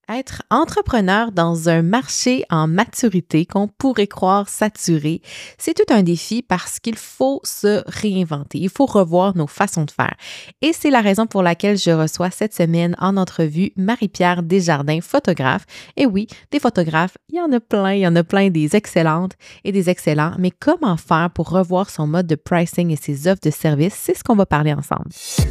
Être entrepreneur dans un marché en maturité qu'on pourrait croire saturé, c'est tout un défi parce qu'il faut se réinventer, il faut revoir nos façons de faire. Et c'est la raison pour laquelle je reçois cette semaine en entrevue Marie-Pierre Desjardins, photographe. Et oui, des photographes, il y en a plein des excellentes et des excellents, mais comment faire pour revoir son mode de pricing et ses offres de services, c'est ce qu'on va parler ensemble.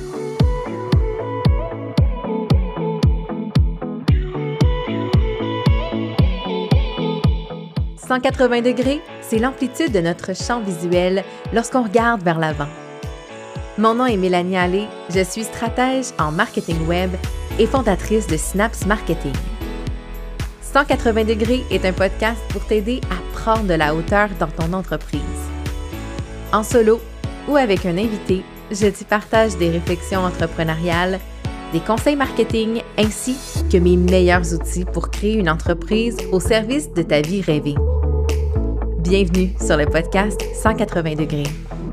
180 degrés, c'est l'amplitude de notre champ visuel lorsqu'on regarde vers l'avant. Mon nom est Mélanie Allé, je suis stratège en marketing web et fondatrice de Synapse Marketing. 180 degrés est un podcast pour t'aider à prendre de la hauteur dans ton entreprise. En solo ou avec un invité, je t'y partage des réflexions entrepreneuriales, des conseils marketing ainsi que mes meilleurs outils pour créer une entreprise au service de ta vie rêvée. Bienvenue sur le podcast 180 degrés.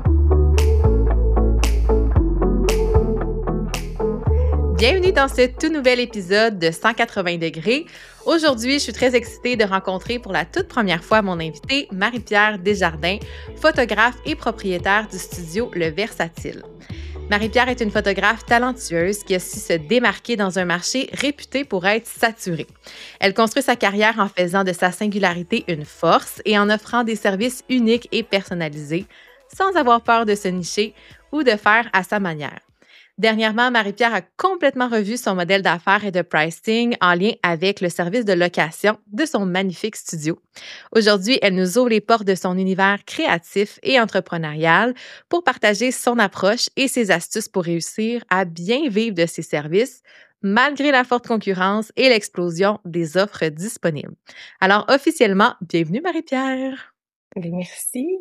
Bienvenue dans ce tout nouvel épisode de 180 degrés. Aujourd'hui, je suis très excitée de rencontrer pour la toute première fois mon invitée, Marie-Pierre Desjardins, photographe et propriétaire du studio Le Versatile. Marie-Pierre est une photographe talentueuse qui a su se démarquer dans un marché réputé pour être saturé. Elle construit sa carrière en faisant de sa singularité une force et en offrant des services uniques et personnalisés, sans avoir peur de se nicher ou de faire à sa manière. Dernièrement, Marie-Pierre a complètement revu son modèle d'affaires et de pricing en lien avec le service de location de son magnifique studio. Aujourd'hui, elle nous ouvre les portes de son univers créatif et entrepreneurial pour partager son approche et ses astuces pour réussir à bien vivre de ses services malgré la forte concurrence et l'explosion des offres disponibles. Alors, officiellement, bienvenue Marie-Pierre! Merci!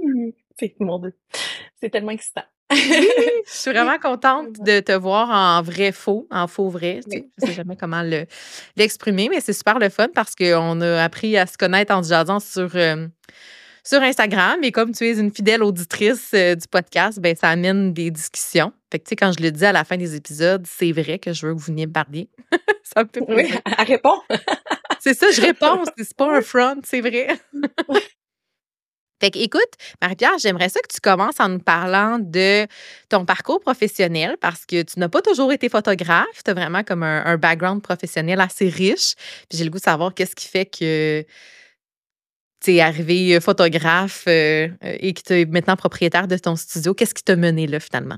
C'est tellement excitant. Oui, je suis vraiment contente de te voir en faux vrai. Tu sais, je sais jamais comment l'exprimer, mais c'est super le fun parce qu'on a appris à se connaître en jasant sur Instagram. Et comme tu es une fidèle auditrice du podcast, ben ça amène des discussions. Fait que tu sais, quand je le dis à la fin des épisodes, c'est vrai que je veux que vous veniez me parler. Ça me fait plaisir. Oui, elle répond. C'est ça, je réponds. C'est pas un front, c'est vrai. Fait que, écoute, Marie-Pierre, j'aimerais ça que tu commences en nous parlant de ton parcours professionnel parce que tu n'as pas toujours été photographe. Tu as vraiment comme un background professionnel assez riche. Puis j'ai le goût de savoir qu'est-ce qui fait que tu es arrivé photographe et que tu es maintenant propriétaire de ton studio. Qu'est-ce qui t'a mené là, finalement?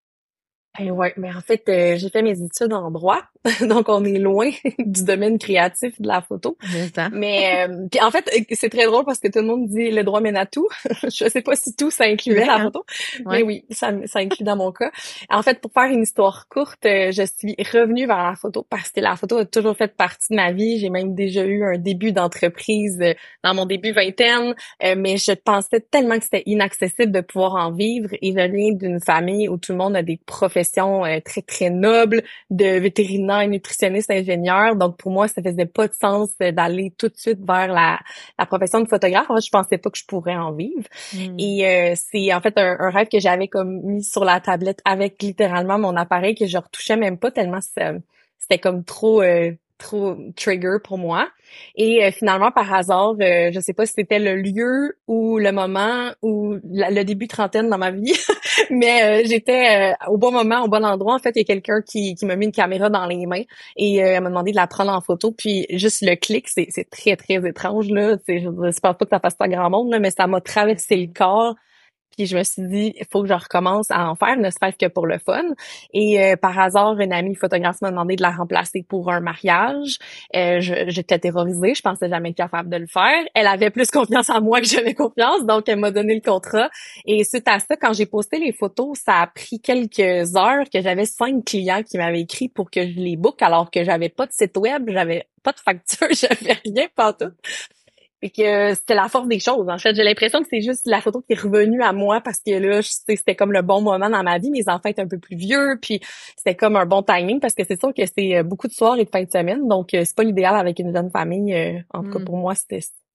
Ouais, mais en fait, j'ai fait mes études en droit, donc on est loin du domaine créatif de la photo. Mais puis en fait, c'est très drôle parce que tout le monde dit le droit mène à tout. Je sais pas si tout ça incluait la photo, mais oui, ça inclut dans mon cas. En fait, pour faire une histoire courte, je suis revenue vers la photo parce que la photo a toujours fait partie de ma vie. J'ai même déjà eu un début d'entreprise dans mon début vingtaine, mais je pensais tellement que c'était inaccessible de pouvoir en vivre et je viens d'une famille où tout le monde a des professions très, très nobles, de vétérinaire, nutritionniste, ingénieur. Donc, pour moi, ça faisait pas de sens d'aller tout de suite vers la profession de photographe. En fait, je pensais pas que je pourrais en vivre. Et c'est en fait un rêve que j'avais comme mis sur la tablette avec littéralement mon appareil que je retouchais même pas tellement c'était comme trop trigger pour moi. Et finalement, par hasard, je sais pas si c'était le lieu ou le moment ou le début trentaine dans ma vie, mais j'étais au bon moment, au bon endroit. En fait, il y a quelqu'un qui m'a mis une caméra dans les mains et elle m'a demandé de la prendre en photo. Puis juste le clic, c'est très, très étrange, là. Je pense pas que ça passe pas grand monde, là, mais ça m'a traversé le corps. Puis je me suis dit, il faut que je recommence à en faire, ne serait-ce que pour le fun. Et par hasard, une amie photographe m'a demandé de la remplacer pour un mariage. J'étais terrorisée, je pensais jamais être capable de le faire. Elle avait plus confiance en moi que j'avais confiance, donc elle m'a donné le contrat. Et suite à ça, quand j'ai posté les photos, ça a pris quelques heures que j'avais 5 clients qui m'avaient écrit pour que je les book, alors que j'avais pas de site web, j'avais pas de facture, j'avais rien partout. Et que c'était la force des choses. En fait, j'ai l'impression que c'est juste la photo qui est revenue à moi parce que là, c'était comme le bon moment dans ma vie. Mes enfants étaient un peu plus vieux, puis c'était comme un bon timing parce que c'est sûr que c'est beaucoup de soirs et de fin de semaine. Donc, c'est pas l'idéal avec une jeune famille. En tout cas, pour moi, c'était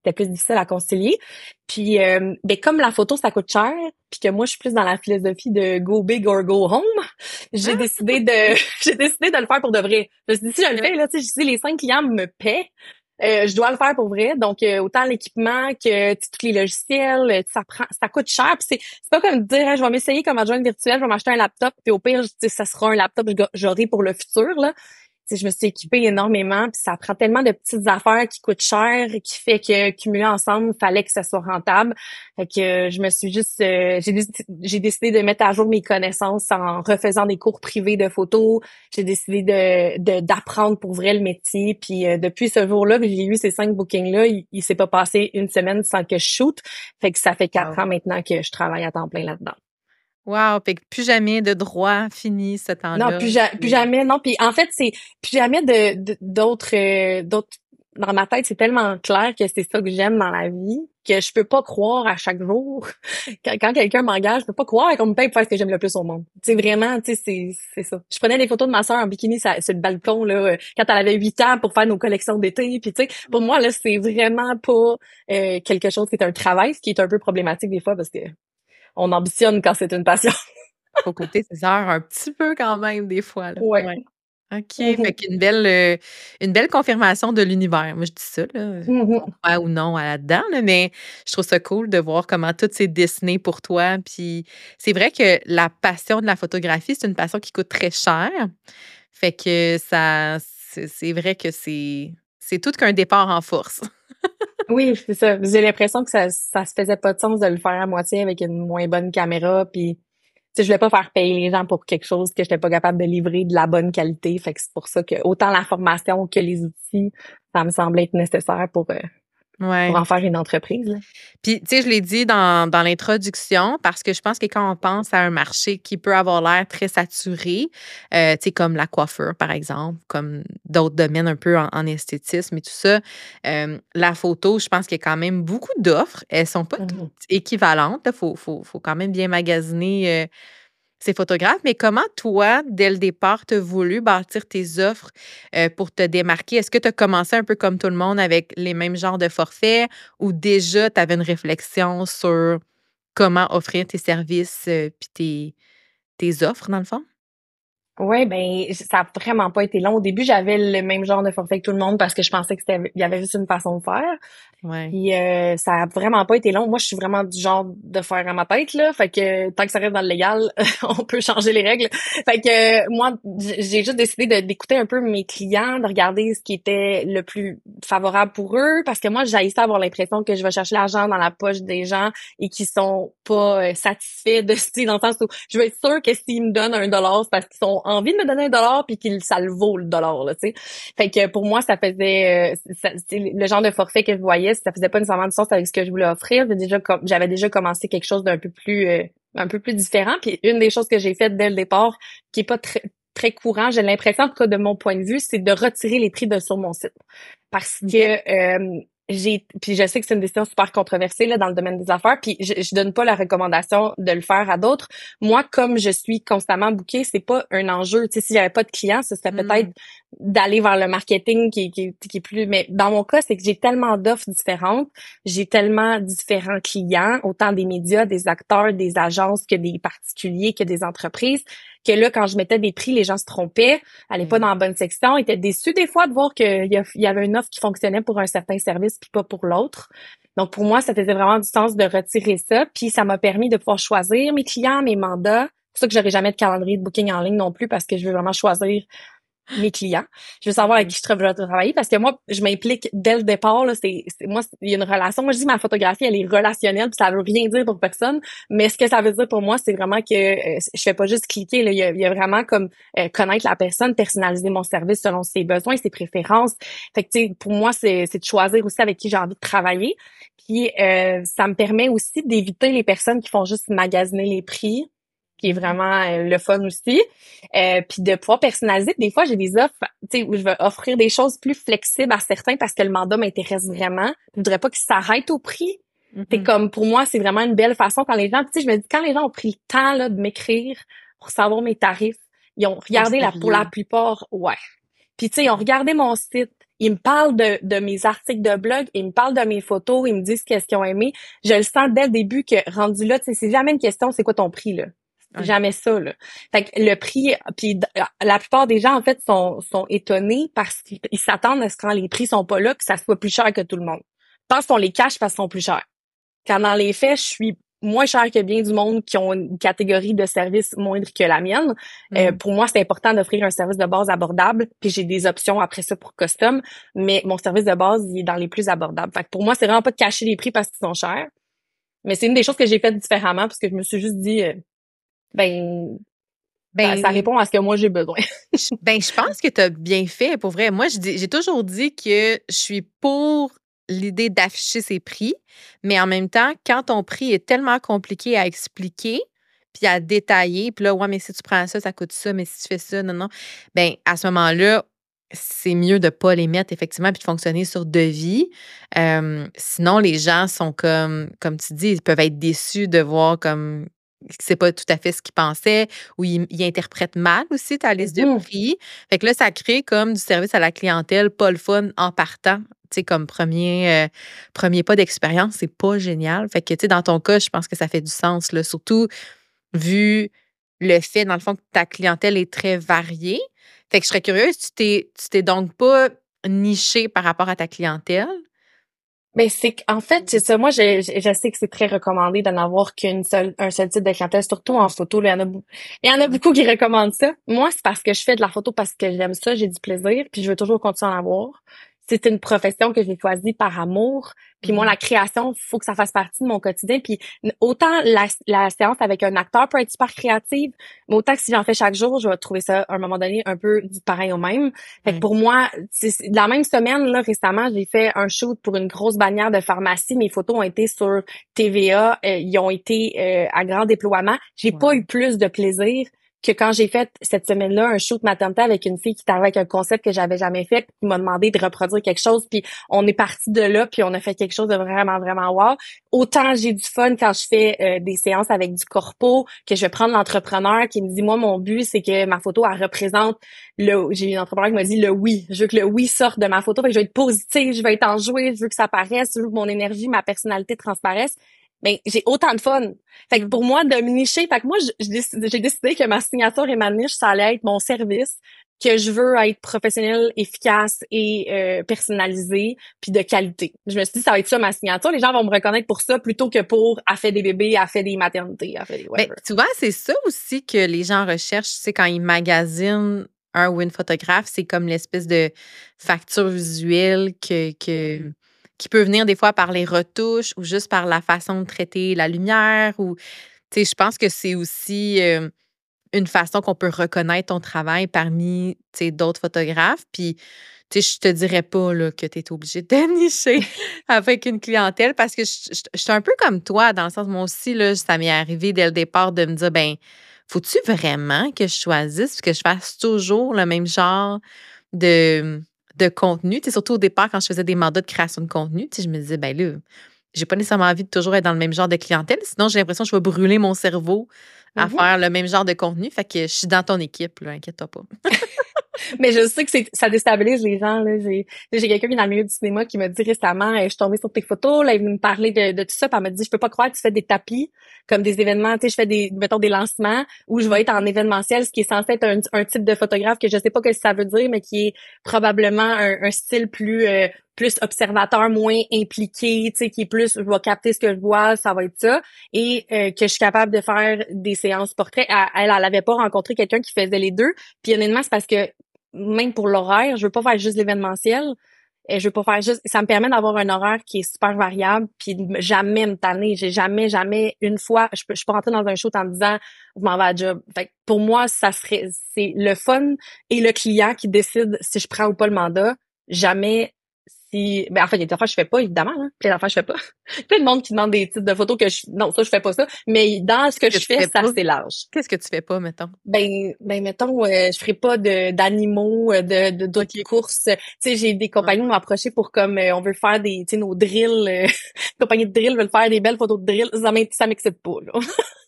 c'était plus difficile à concilier. Puis ben comme la photo ça coûte cher, puis que moi je suis plus dans la philosophie de go big or go home, j'ai décidé de j'ai décidé de le faire pour de vrai. Je me suis dit si je le fais là, tu sais, si les 5 clients me paient, je dois le faire pour vrai. Donc autant l'équipement que tous les logiciels, ça coûte cher. Puis c'est pas comme de dire je vais m'essayer comme adjointe virtuelle, je vais m'acheter un laptop, puis au pire ça sera un laptop que j'aurai pour le futur là. T'sais, je me suis équipée énormément, puis ça prend tellement de petites affaires qui coûtent cher, qui fait que cumuler ensemble, il fallait que ça soit rentable. Fait que je me suis juste j'ai décidé de mettre à jour mes connaissances en refaisant des cours privés de photos. J'ai décidé d'apprendre pour vrai le métier. Puis depuis ce jour-là que j'ai eu ces 5 bookings-là, il s'est pas passé une semaine sans que je shoot. Fait que ça fait 4 ans maintenant que je travaille à temps plein là-dedans. Wow, fait que plus jamais de droit fini ce temps-là. Non, plus jamais, non. Puis en fait, c'est plus jamais d'autres dans ma tête, c'est tellement clair que c'est ça que j'aime dans la vie que je peux pas croire à chaque jour quand quelqu'un m'engage, je peux pas croire qu'on me paye pour faire ce que j'aime le plus au monde. C'est vraiment, tu sais, c'est ça. Je prenais des photos de ma sœur en bikini sur le balcon là quand elle avait 8 ans pour faire nos collections d'été, puis tu sais, pour moi là, c'est vraiment pas quelque chose qui est un travail, ce qui est un peu problématique des fois parce que on ambitionne quand c'est une passion. Faut compter ses heures un petit peu quand même des fois là. Ouais. OK, fait qu'une belle confirmation de l'univers. Moi, je dis ça, là, qu'on croit ou non là-dedans, là, mais je trouve ça cool de voir comment tout s'est dessiné pour toi. Puis c'est vrai que la passion de la photographie, c'est une passion qui coûte très cher. Fait que c'est vrai que c'est tout qu'un départ en force. Oui, c'est ça. J'ai l'impression que ça se faisait pas de sens de le faire à moitié avec une moins bonne caméra, puis tu sais, je voulais pas faire payer les gens pour quelque chose que j'étais pas capable de livrer de la bonne qualité. Fait que c'est pour ça que autant la formation que les outils, ça me semblait être nécessaire pour en faire une entreprise. Là. Puis, tu sais, je l'ai dit dans l'introduction parce que je pense que quand on pense à un marché qui peut avoir l'air très saturé, tu sais, comme la coiffure, par exemple, comme d'autres domaines un peu en esthétisme et tout ça, la photo, je pense qu'il y a quand même beaucoup d'offres. Elles sont pas toutes équivalentes. Il faut quand même bien magasiner ces photographes, mais comment toi, dès le départ, tu as voulu bâtir tes offres pour te démarquer? Est-ce que tu as commencé un peu comme tout le monde avec les mêmes genres de forfaits ou déjà tu avais une réflexion sur comment offrir tes services puis tes offres, dans le fond? Ouais, ben ça a vraiment pas été long. Au début, j'avais le même genre de forfait que tout le monde parce que je pensais il y avait juste une façon de faire. Ouais. Puis ça a vraiment pas été long. Moi, je suis vraiment du genre de faire à ma tête là, fait que tant que ça reste dans le légal, on peut changer les règles. Fait que moi, j'ai juste décidé d'écouter un peu mes clients, de regarder ce qui était le plus favorable pour eux, parce que moi, j'haïssais avoir l'impression que je vais chercher l'argent dans la poche des gens et qui sont pas satisfaits de ce dans le sens où je veux être sûre que s'ils me donnent $1, c'est parce qu'ils ont envie de me donner $1 puis qu'ils ça le vaut le dollar là, tu sais. Fait que pour moi, ça faisait le genre de forfait que je voyais, ça faisait pas nécessairement du sens avec ce que je voulais offrir. J'avais déjà commencé quelque chose d'un peu plus différent. Puis une des choses que j'ai faites dès le départ, qui est pas très très courant, j'ai l'impression, en tout cas de mon point de vue, c'est de retirer les prix de sur mon site. Parce que puis je sais que c'est une décision super controversée là dans le domaine des affaires, puis je donne pas la recommandation de le faire à d'autres. Moi, comme je suis constamment bookée, c'est pas un enjeu. Tu sais, si j'avais pas de clients, ça serait peut-être d'aller vers le marketing qui est plus. Mais dans mon cas, c'est que j'ai tellement d'offres différentes, j'ai tellement différents clients, autant des médias, des acteurs, des agences que des particuliers, que des entreprises, que là, quand je mettais des prix, les gens se trompaient, allaient pas dans la bonne section, étaient déçus des fois de voir qu'il y avait une offre qui fonctionnait pour un certain service puis pas pour l'autre. Donc, pour moi, ça faisait vraiment du sens de retirer ça. Puis, ça m'a permis de pouvoir choisir mes clients, mes mandats. C'est pour ça que j'aurai jamais de calendrier de booking en ligne non plus parce que je veux vraiment choisir mes clients. Je veux savoir avec qui je vais travailler parce que moi, je m'implique dès le départ. Là, moi, il y a une relation. Moi, je dis ma photographie, elle est relationnelle, puis ça veut rien dire pour personne. Mais ce que ça veut dire pour moi, c'est vraiment que je fais pas juste cliquer. Là, il y a vraiment comme connaître la personne, personnaliser mon service selon ses besoins, ses préférences. Fait que tu sais, pour moi, c'est de choisir aussi avec qui j'ai envie de travailler. Puis ça me permet aussi d'éviter les personnes qui font juste magasiner les prix, qui est vraiment le fun aussi. Puis de pouvoir personnaliser. Des fois, j'ai des offres, tu sais, où je vais offrir des choses plus flexibles à certains parce que le mandat m'intéresse vraiment. Je voudrais pas qu'ils s'arrêtent au prix. C'est comme, pour moi, c'est vraiment une belle façon quand les gens, tu sais, je me dis, quand les gens ont pris le temps, là, de m'écrire pour savoir mes tarifs, ils ont regardé pour la plupart, ouais. Puis, tu sais, ils ont regardé mon site, ils me parlent de mes articles de blog, ils me parlent de mes photos, ils me disent qu'est-ce qu'ils ont aimé. Je le sens dès le début que rendu là, tu sais, c'est jamais une question, c'est quoi ton prix, là? C'est jamais ça, là. Fait que le prix, puis la plupart des gens, en fait, sont étonnés parce qu'ils s'attendent à ce que quand les prix sont pas là, que ça soit plus cher que tout le monde. Je pense qu'on les cache parce qu'ils sont plus chers. Quand dans les faits, je suis moins chère que bien du monde qui ont une catégorie de services moindre que la mienne. Pour moi, c'est important d'offrir un service de base abordable, puis j'ai des options après ça pour custom, mais mon service de base, il est dans les plus abordables. Fait que pour moi, c'est vraiment pas de cacher les prix parce qu'ils sont chers, mais c'est une des choses que j'ai faites différemment parce que je me suis juste dit, ça répond à ce que moi j'ai besoin. Je pense que tu as bien fait, pour vrai. Moi, j'ai toujours dit que je suis pour l'idée d'afficher ses prix, mais en même temps, quand ton prix est tellement compliqué à expliquer, puis à détailler, puis là, ouais, mais si tu prends ça, ça coûte ça, mais si tu fais ça, non, non, à ce moment-là, c'est mieux de ne pas les mettre, effectivement, puis de fonctionner sur devis. Sinon, les gens sont comme tu dis, ils peuvent être déçus de voir comme que c'est pas tout à fait ce qu'ils pensaient ou ils interprètent mal aussi ta liste de prix. Fait que là, ça crée comme du service à la clientèle, pas le fun en partant. Tu sais, comme premier pas d'expérience, c'est pas génial. Fait que, tu sais, dans ton cas, je pense que ça fait du sens, là, surtout vu le fait, dans le fond, que ta clientèle est très variée. Fait que je serais curieuse, tu t'es donc pas niché par rapport à ta clientèle? Mais c'est qu'en fait, c'est ça. Moi, je sais que c'est très recommandé d'en avoir un seul type de clientèle, surtout en photo. Là, il y en a beaucoup qui recommandent ça. Moi, c'est parce que je fais de la photo parce que j'aime ça, j'ai du plaisir, puis je veux toujours continuer à en avoir. C'est une profession que j'ai choisie par amour. Puis moi, la création, faut que ça fasse partie de mon quotidien. Puis autant la séance avec un acteur peut être super créative, mais autant que si j'en fais chaque jour, je vais trouver ça, à un moment donné, un peu du pareil au même. Fait que pour moi, de la même semaine, là, récemment, j'ai fait un shoot pour une grosse bannière de pharmacie. Mes photos ont été sur TVA. Ils ont été à grand déploiement. J'ai pas eu plus de plaisir que quand j'ai fait cette semaine-là un shoot maternité avec une fille qui était avec un concept que j'avais jamais fait, puis qui m'a demandé de reproduire quelque chose, puis on est parti de là, puis on a fait quelque chose de vraiment, vraiment wow. Autant j'ai du fun quand je fais des séances avec du corpo, que je vais prendre l'entrepreneur qui me dit, moi, mon but, c'est que ma photo, elle représente j'ai une entrepreneur qui m'a dit le oui. Je veux que le oui sorte de ma photo, fait que je vais être positive, je vais être enjouée, je veux que ça paraisse, je veux que mon énergie, ma personnalité transparaisse. J'ai autant de fun. Fait que pour moi, de me nicher, fait que moi, j'ai décidé que ma signature et ma niche, ça allait être mon service, que je veux être professionnelle, efficace et personnalisée, puis de qualité. Je me suis dit, ça va être ça ma signature. Les gens vont me reconnaître pour ça plutôt que pour « a fait des bébés, a fait des maternités, a fait des whatever ». Tu vois, c'est ça aussi que les gens recherchent, tu sais, quand ils magasinent un ou une photographe, c'est comme l'espèce de facture visuelle qui peut venir des fois par les retouches ou juste par la façon de traiter la lumière ou, tu sais, je pense que c'est aussi une façon qu'on peut reconnaître ton travail parmi, tu sais, d'autres photographes. Puis, tu sais, je te dirais pas là, que tu es obligé de te nicher avec une clientèle parce que je suis un peu comme toi, dans le sens, moi aussi, là, ça m'est arrivé dès le départ de me dire, faut-tu vraiment que je choisisse que je fasse toujours le même genre de contenu? Tu sais, surtout au départ, quand je faisais des mandats de création de contenu, tu sais, je me disais, là, j'ai pas nécessairement envie de toujours être dans le même genre de clientèle. Sinon, j'ai l'impression que je vais brûler mon cerveau à faire le même genre de contenu. Fait que je suis dans ton équipe, là, inquiète-toi pas. Mais je sais que ça déstabilise les gens, là. J'ai quelqu'un qui est dans le milieu du cinéma qui m'a dit récemment, je suis tombée sur tes photos, là, il me parlait de tout ça, puis elle m'a dit, je peux pas croire que tu fais des tapis, comme des événements, tu sais, je fais des lancements où je vais être en événementiel, ce qui est censé être un type de photographe que je sais pas ce que ça veut dire, mais qui est probablement un style plus observateur, moins impliqué, tu sais, qui est plus, je vais capter ce que je vois, ça va être ça, et que je suis capable de faire des séances portraits. Elle avait pas rencontré quelqu'un qui faisait les deux, puis honnêtement, c'est parce que même pour l'horaire, je veux pas faire juste l'événementiel, et je veux pas faire juste, ça me permet d'avoir un horaire qui est super variable, puis de jamais me tanner. J'ai jamais une fois, je peux rentrer dans un shoot en disant, je m'en vais à job. Fait que pour moi, c'est le fun et le client qui décide si je prends ou pas le mandat. Jamais en fait, il y a des affaires que je fais pas, évidemment, hein. Plein d'affaires que je fais pas. Plein de monde qui demande des types de photos non, ça, je fais pas ça. Mais dans ce que je fais, ça, c'est large. Qu'est-ce que tu fais pas, mettons? Mettons, je ferai pas d'animaux, d'autres courses. Tu sais, j'ai des compagnies qui m'ont approché pour comme, on veut faire des, tu sais, nos drills, compagnies de drill veulent faire des belles photos de drill. Ça m'excite pas, là.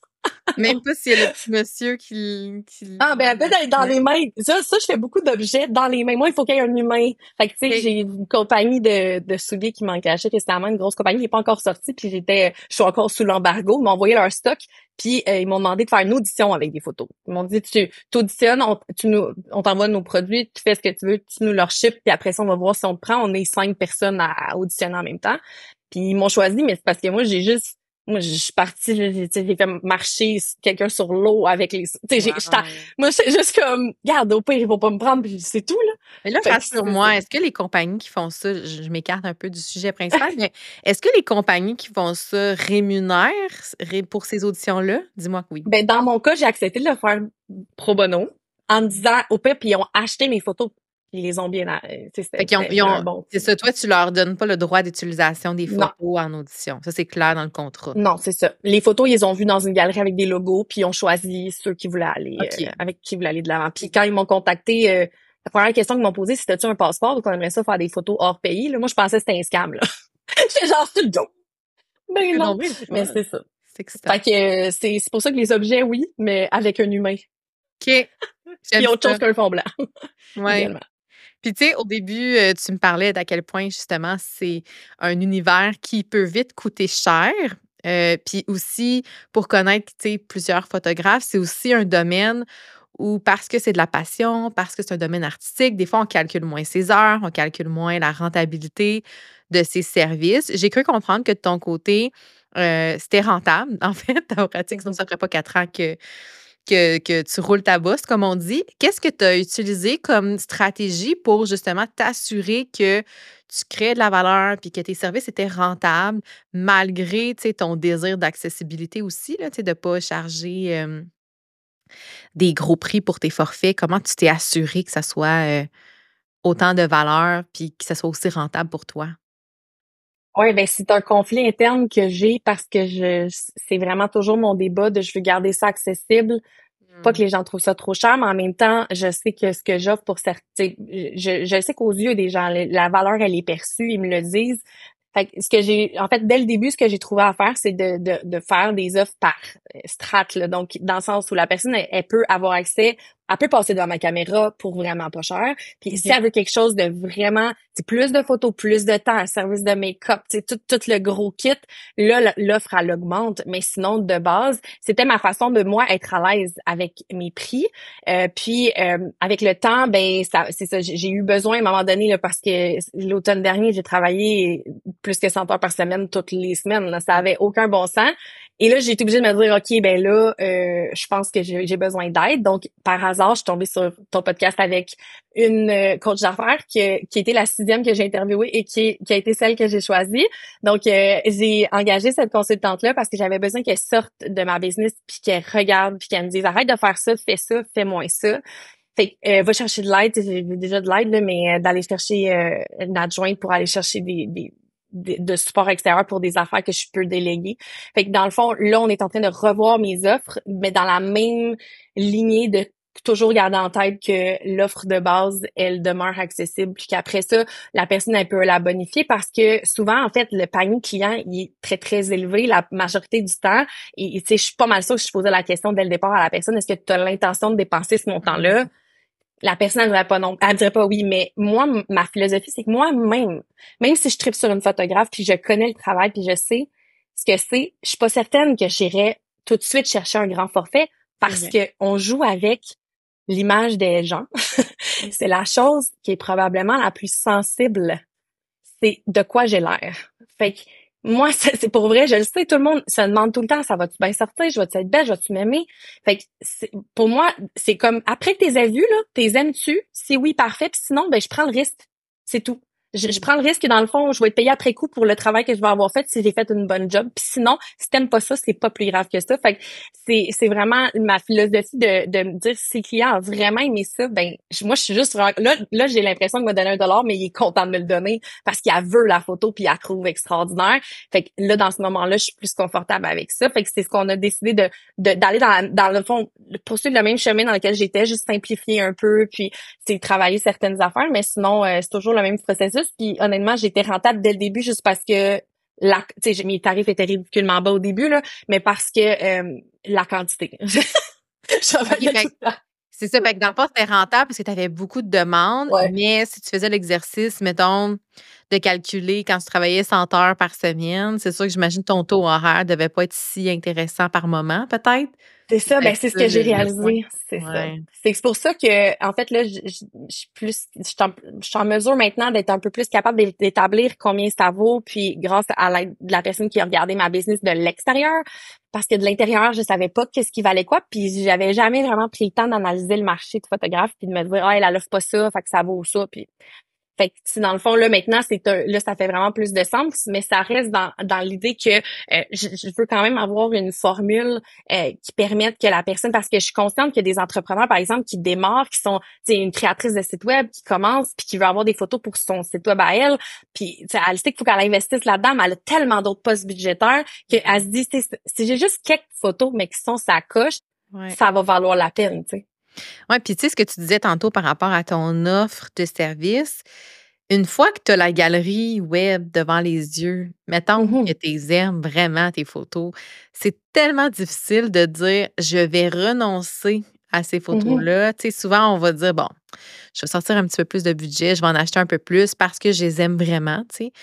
Même pas s'il y a le petit monsieur qui... Ah, ben, peut-être dans les mains. Ça, je fais beaucoup d'objets dans les mains. Moi, il faut qu'il y ait un humain. Fait que, tu sais, j'ai une compagnie de souliers qui m'ont caché récemment, une grosse compagnie qui n'est pas encore sortie, puis je suis encore sous l'embargo. Ils m'ont envoyé leur stock, puis ils m'ont demandé de faire une audition avec des photos. Ils m'ont dit, tu auditionnes, on t'envoie nos produits, tu fais ce que tu veux, tu nous leur ship, puis après ça, on va voir si on te prend. On est 5 personnes à auditionner en même temps. Puis ils m'ont choisi, mais c'est parce que moi, je suis partie, j'ai fait marcher quelqu'un sur l'eau avec les... Moi, c'est juste comme, regarde, au pire, ils vont pas me prendre, puis c'est tout, là. Mais là, rassure-moi, est-ce que les compagnies qui font ça, je m'écarte un peu du sujet principal, mais est-ce que les compagnies qui font ça rémunèrent pour ces auditions-là? Dis-moi que oui. Ben, dans mon cas, j'ai accepté de le faire pro bono en me disant, au pire, puis ils ont acheté mes photos. Ils les ont bien... C'est ça, toi, tu leur donnes pas le droit d'utilisation des photos en audition. Ça, c'est clair dans le contrat. Non, c'est ça. Les photos, ils les ont vues dans une galerie avec des logos, puis ils ont choisi ceux qui voulaient aller, avec qui voulaient aller de l'avant. Puis quand ils m'ont contacté, la première question qu'ils m'ont posée, c'était tu un passeport ou qu'on aimerait ça faire des photos hors pays? Là, moi, je pensais que c'était un scam, là. J'étais genre, c'est le joke. Ben non, mais c'est ça. C'est excitant. Fait que c'est pour ça que les objets, oui, mais avec un humain. OK. Puis autre chose qu'un fond blanc. Ouais. Puis, tu sais, au début, tu me parlais d'à quel point, justement, c'est un univers qui peut vite coûter cher. Puis aussi, pour connaître, tu sais, plusieurs photographes, c'est aussi un domaine où, parce que c'est de la passion, parce que c'est un domaine artistique, des fois, on calcule moins ses heures, on calcule moins la rentabilité de ses services. J'ai cru comprendre que de ton côté, c'était rentable, en fait, ta pratique, sinon ça ferait pas 4 ans que tu roules ta bosse, comme on dit. Qu'est-ce que tu as utilisé comme stratégie pour justement t'assurer que tu crées de la valeur puis que tes services étaient rentables malgré ton désir d'accessibilité aussi, là, de ne pas charger des gros prix pour tes forfaits? Comment tu t'es assuré que ça soit autant de valeur puis que ça soit aussi rentable pour toi? Oui, ben c'est un conflit interne que j'ai parce que c'est vraiment toujours mon débat de je veux garder ça accessible. Pas que les gens trouvent ça trop cher, mais en même temps, je sais que ce que j'offre pour certains, je sais qu'aux yeux des gens, la valeur, elle est perçue, ils me le disent. Fait que en fait, dès le début, ce que j'ai trouvé à faire, c'est de faire des offres par strate, là. Donc, dans le sens où la personne, elle peut avoir accès, elle peut passer devant ma caméra pour vraiment pas cher. Puis si elle veut quelque chose de vraiment, c'est plus de photos, plus de temps, un service de make-up, tout le gros kit, là, l'offre, elle augmente. Mais sinon, de base, c'était ma façon de, moi, être à l'aise avec mes prix. Puis, avec le temps, ben, c'est ça, j'ai eu besoin à un moment donné, là, parce que l'automne dernier, j'ai travaillé plus que 100 heures par semaine, toutes les semaines, là. Ça avait aucun bon sens. Et là, j'ai été obligée de me dire, OK, ben là, je pense que j'ai besoin d'aide. Donc, par hasard, je suis tombée sur ton podcast avec une coach d'affaires qui était la 6e que j'ai interviewée et qui a été celle que j'ai choisie. Donc, j'ai engagé cette consultante-là parce que j'avais besoin qu'elle sorte de ma business puis qu'elle regarde puis qu'elle me dise, arrête de faire ça, fais moins ça. Fait que, va chercher de l'aide, j'ai déjà de l'aide, là, mais d'aller chercher une adjointe pour aller chercher de support extérieur pour des affaires que je peux déléguer. Fait que dans le fond, là, on est en train de revoir mes offres, mais dans la même lignée de toujours garder en tête que l'offre de base, elle demeure accessible, puis qu'après ça, la personne, elle peut la bonifier parce que souvent, en fait, le panier client, il est très, très élevé la majorité du temps. Et tu sais, je suis pas mal sûre que je posais la question dès le départ à la personne, est-ce que tu as l'intention de dépenser ce montant-là? La personne, elle dirait pas non. Elle dirait pas oui, mais moi, ma philosophie, c'est que moi-même, même si je tripe sur une photographe, puis je connais le travail, puis je sais ce que c'est, je suis pas certaine que j'irais tout de suite chercher un grand forfait parce que on joue avec l'image des gens. C'est la chose qui est probablement la plus sensible. C'est de quoi j'ai l'air. Fait que moi, c'est pour vrai, je le sais, tout le monde se demande tout le temps, ça va-tu bien sortir, je vais-tu être belle, je vais-tu m'aimer? Fait que pour moi, c'est comme, après que t'es as vus, là, t'es aimes-tu? Si oui, parfait, puis sinon, ben, je prends le risque. C'est tout. Je prends le risque que dans le fond, je vais être payée après coup pour le travail que je vais avoir fait si j'ai fait une bonne job. Puis sinon, si t'aimes pas ça, c'est pas plus grave que ça. Fait que c'est vraiment ma philosophie de me dire si le client a vraiment aimé ça, ben moi je suis juste là j'ai l'impression qu'il m'a donné $1, mais il est content de me le donner parce qu'il veut la photo puis il la trouve extraordinaire. Fait que là dans ce moment-là, je suis plus confortable avec ça. Fait que c'est ce qu'on a décidé d'aller dans le fond, poursuivre le même chemin dans lequel j'étais, juste simplifier un peu puis c'est travailler certaines affaires, mais sinon c'est toujours le même processus. Puis honnêtement, j'étais rentable dès le début juste parce que mes tarifs étaient ridiculement bas au début là, mais parce que la quantité. Je travaillais tout le temps. C'est ça, fait que dans le fond, c'était rentable parce que tu avais beaucoup de demandes, mais si tu faisais l'exercice, mettons, de calculer quand tu travaillais 100 heures par semaine, c'est sûr que j'imagine ton taux horaire devait pas être si intéressant par moment, peut-être? C'est ça, ben c'est ce que j'ai réalisé, c'est ça. C'est pour ça que, en fait, là, je suis en mesure maintenant d'être un peu plus capable d'établir combien ça vaut, puis grâce à l'aide de la personne qui a regardé ma business de l'extérieur, parce que de l'intérieur, je savais pas qu'est-ce qui valait quoi, puis j'avais jamais vraiment pris le temps d'analyser le marché de photographe, puis de me dire, elle offre pas ça, fait que ça vaut ça, puis fait que dans le fond là maintenant là ça fait vraiment plus de sens, mais ça reste dans l'idée que je veux quand même avoir une formule qui permette que la personne, parce que je suis consciente qu'il y a des entrepreneurs par exemple qui démarrent, qui sont une créatrice de site web qui commence puis qui veut avoir des photos pour son site web à elle, puis elle sait qu'il faut qu'elle investisse là-dedans, mais elle a tellement d'autres postes budgétaires qu'elle se dit si j'ai juste quelques photos mais qui sont sa coche, ça va valoir la peine, tu sais. Oui, puis tu sais ce que tu disais tantôt par rapport à ton offre de service, une fois que tu as la galerie web devant les yeux, mettons que tu aimes vraiment tes photos, c'est tellement difficile de dire je vais renoncer à ces photos-là. Tu sais, souvent, on va dire bon, je vais sortir un petit peu plus de budget, je vais en acheter un peu plus parce que je les aime vraiment, tu sais.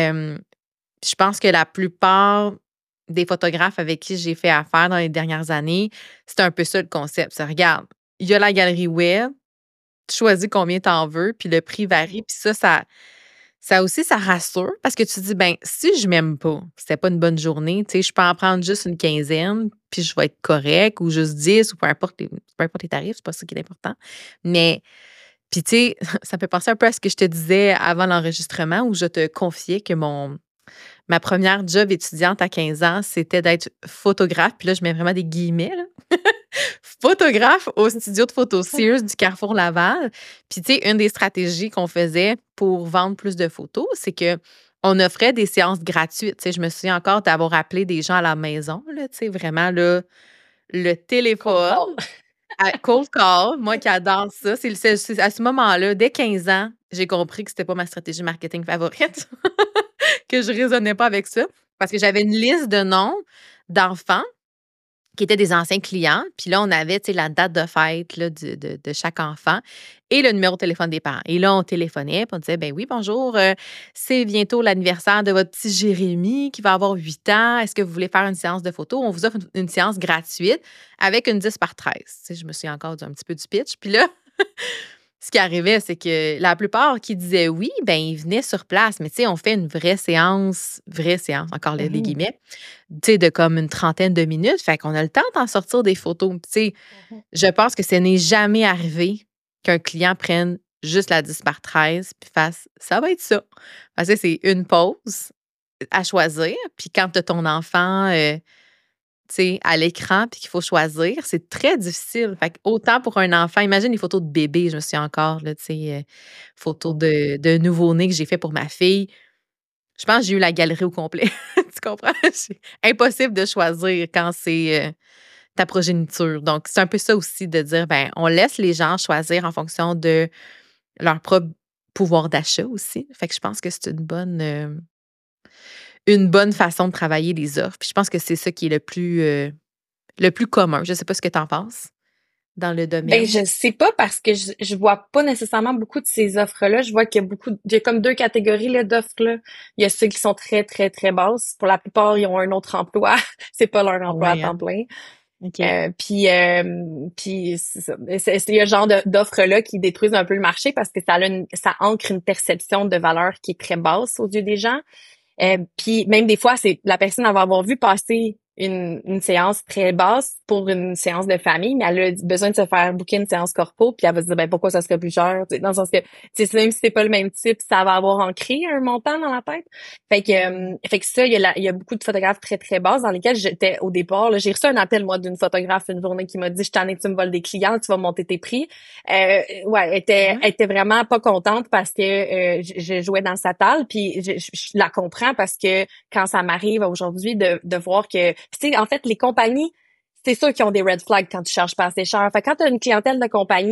Je pense que la plupart des photographes avec qui j'ai fait affaire dans les dernières années, c'est un peu ça le concept. Ça, regarde, il y a la galerie web, tu choisis combien tu en veux, puis le prix varie. Puis ça aussi, ça rassure parce que tu te dis, ben si je m'aime pas, c'était pas une bonne journée, tu sais, je peux en prendre juste une quinzaine, puis je vais être correct, ou juste 10, ou peu importe les tarifs, c'est pas ça qui est important. Mais, puis tu sais, ça me fait penser un peu à ce que je te disais avant l'enregistrement, où je te confiais que ma première job étudiante à 15 ans, c'était d'être photographe. Puis là, je mets vraiment des guillemets, là. Photographe au studio de photo Sears du Carrefour Laval. Puis, tu sais, une des stratégies qu'on faisait pour vendre plus de photos, c'est que on offrait des séances gratuites. Tu sais, je me souviens encore d'avoir appelé des gens à la maison, là, tu sais, vraiment, là, le téléphone. Cold call, moi qui adore ça. C'est à ce moment-là, dès 15 ans, j'ai compris que c'était pas ma stratégie marketing favorite, que je raisonnais pas avec ça, parce que j'avais une liste de noms d'enfants qui étaient des anciens clients. Puis là, on avait, tu sais, la date de fête là, de chaque enfant et le numéro de téléphone des parents. Et là, on téléphonait, puis on disait, ben oui, bonjour, c'est bientôt l'anniversaire de votre petit Jérémy qui va avoir 8 ans. Est-ce que vous voulez faire une séance de photos? On vous offre une séance gratuite avec une 10 par 13. Tu sais, je me souviens encore un petit peu du pitch. Puis là, ce qui arrivait, c'est que la plupart qui disaient oui, ben ils venaient sur place. Mais tu sais, on fait une vraie séance, encore les guillemets, tu sais, de comme une trentaine de minutes. Fait qu'on a le temps d'en sortir des photos. Tu sais, je pense que ce n'est jamais arrivé qu'un client prenne juste la 10 par 13 puis fasse « ça va être ça ». Parce que c'est une pause à choisir. Puis quand tu as ton enfant à l'écran puis qu'il faut choisir, c'est très difficile. Fait que autant pour un enfant, imagine les photos de bébé, je me souviens encore, là, photos de nouveau-né que j'ai fait pour ma fille. Je pense que j'ai eu la galerie au complet. Tu comprends? C'est impossible de choisir quand c'est ta progéniture. Donc, c'est un peu ça aussi de dire, ben, on laisse les gens choisir en fonction de leur propre pouvoir d'achat aussi. Fait que je pense que c'est une bonne façon de travailler les offres. Puis je pense que c'est ça qui est le plus commun. Je ne sais pas ce que tu en penses dans le domaine. Ben, je sais pas parce que je vois pas nécessairement beaucoup de ces offres-là. Je vois qu'il y a comme deux catégories là, d'offres là. Il y a ceux qui sont très, très, très basses. Pour la plupart, ils ont un autre emploi. C'est pas leur emploi à temps plein. Okay. Puis c'est ça. Il y a ce genre d'offres-là qui détruisent un peu le marché parce que ça ancre une perception de valeur qui est très basse aux yeux des gens. Puis même des fois, c'est la personne va avoir vu passer une séance très basse pour une séance de famille, mais elle a besoin de se faire booker une séance corpo, puis elle va se dire ben pourquoi ça serait plus cher, dans le sens que même si c'est pas le même type, ça va avoir ancré un montant dans la tête. Fait que ça, il y a beaucoup de photographes très très basses dans lesquels j'étais au départ. Là, j'ai reçu un appel moi d'une photographe une journée qui m'a dit je t'en ai, tu me voles des clients, tu vas monter tes prix. Elle était vraiment pas contente parce que je jouais dans sa talle, puis je la comprends parce que quand ça m'arrive aujourd'hui de voir que tu sais, en fait, les compagnies, c'est sûr qu'ils ont des red flags quand tu charges pas assez cher. Fait que quand tu as une clientèle de compagnie,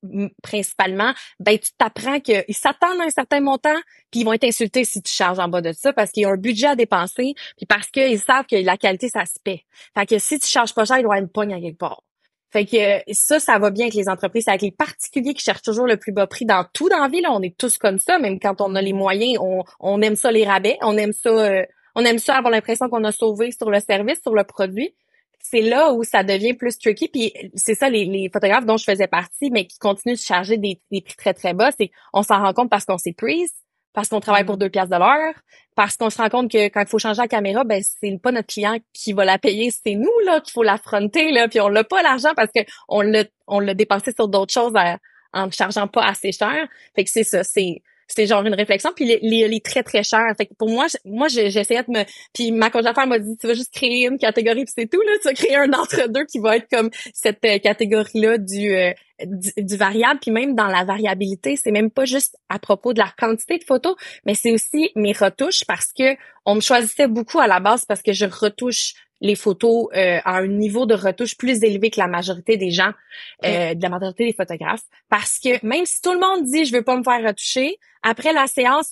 principalement, ben tu t'apprends qu'ils s'attendent à un certain montant, puis ils vont être insultés si tu charges en bas de ça parce qu'il y a un budget à dépenser, puis parce qu'ils savent que la qualité, ça se paie. Fait que si tu charges pas cher, il doit y avoir une pogne à quelque part. Fait que ça va bien avec les entreprises, c'est avec les particuliers qui cherchent toujours le plus bas prix dans tout dans la vie, là. On est tous comme ça, même quand on a les moyens, on aime ça les rabais, on aime ça avoir l'impression qu'on a sauvé sur le service, sur le produit. C'est là où ça devient plus tricky, puis c'est ça les photographes dont je faisais partie, mais qui continuent de charger des prix très très bas, c'est on s'en rend compte parce qu'on s'est prise, parce qu'on travaille pour 2 piastres de l'heure, parce qu'on se rend compte que quand il faut changer la caméra, ben c'est pas notre client qui va la payer, c'est nous là qu'il faut l'affronter là, puis on l'a pas l'argent parce que on l'a dépensé sur d'autres choses en chargeant pas assez cher. Fait que c'est ça, c'est genre une réflexion, puis les très très chers. Fait que pour moi j'essayais de me, puis ma coach d'affaires m'a dit tu vas juste créer une catégorie puis c'est tout là, tu vas créer un entre-deux qui va être comme cette catégorie là du variable, puis même dans la variabilité, c'est même pas juste à propos de la quantité de photos, mais c'est aussi mes retouches parce que on me choisissait beaucoup à la base parce que je retouche les photos à un niveau de retouche plus élevé que la majorité des gens, de la majorité des photographes. Parce que même si tout le monde dit je veux pas me faire retoucher, après la séance,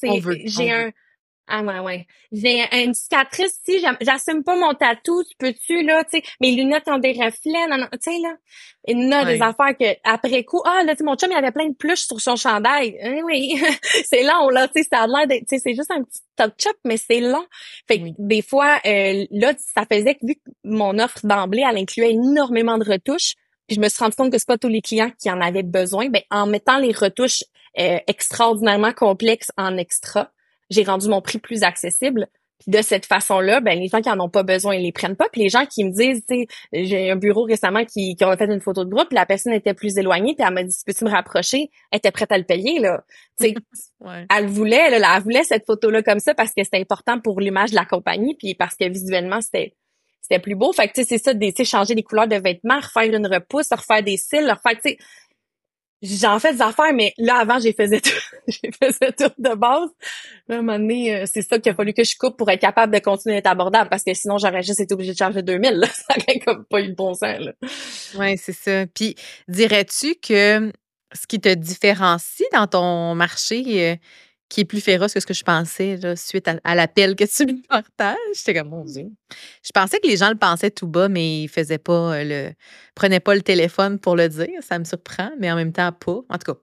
Ah ouais. J'ai une cicatrice si j'assume pas mon tatou, tu peux-tu là, tu sais, mes lunettes ont des reflets, non, tu sais là. Il y a des affaires que après coup, là tu sais, mon chum il avait plein de pluches sur son chandail. Oui, c'est long là, tu sais, ça a l'air d'être, tu sais, c'est juste un petit touch-up mais c'est long. Fait que des fois là ça faisait que vu que mon offre d'emblée elle incluait énormément de retouches, puis je me suis rendu compte que c'est pas tous les clients qui en avaient besoin, ben en mettant les retouches extraordinairement complexes en extra, j'ai rendu mon prix plus accessible. Puis de cette façon-là, ben les gens qui en ont pas besoin, ils les prennent pas. Puis les gens qui me disent, tu sais, j'ai un bureau récemment qui ont fait une photo de groupe, puis la personne était plus éloignée, puis elle m'a dit, peux-tu me rapprocher? Elle était prête à le payer, là. Tu sais, elle voulait cette photo-là comme ça parce que c'était important pour l'image de la compagnie, puis parce que visuellement, c'était plus beau. Fait que tu sais, c'est ça, tu sais, changer les couleurs de vêtements, refaire une repousse, refaire des cils, refaire, tu sais, j'en fais des affaires, mais là, avant, j'ai faisais tout de base. Là, à un moment donné, c'est ça qu'il a fallu que je coupe pour être capable de continuer à être abordable, parce que sinon, j'aurais juste été obligée de charger 2000, là. Ça aurait comme pas eu de bon sens, là. Ouais, c'est ça. Puis, dirais-tu que ce qui te différencie dans ton marché, qui est plus féroce que ce que je pensais, là, suite à l'appel que tu me partages? J'étais comme, mon Dieu. Je pensais que les gens le pensaient tout bas, mais ils faisaient pas prenaient pas le téléphone pour le dire. Ça me surprend, mais en même temps, pas. En tout cas,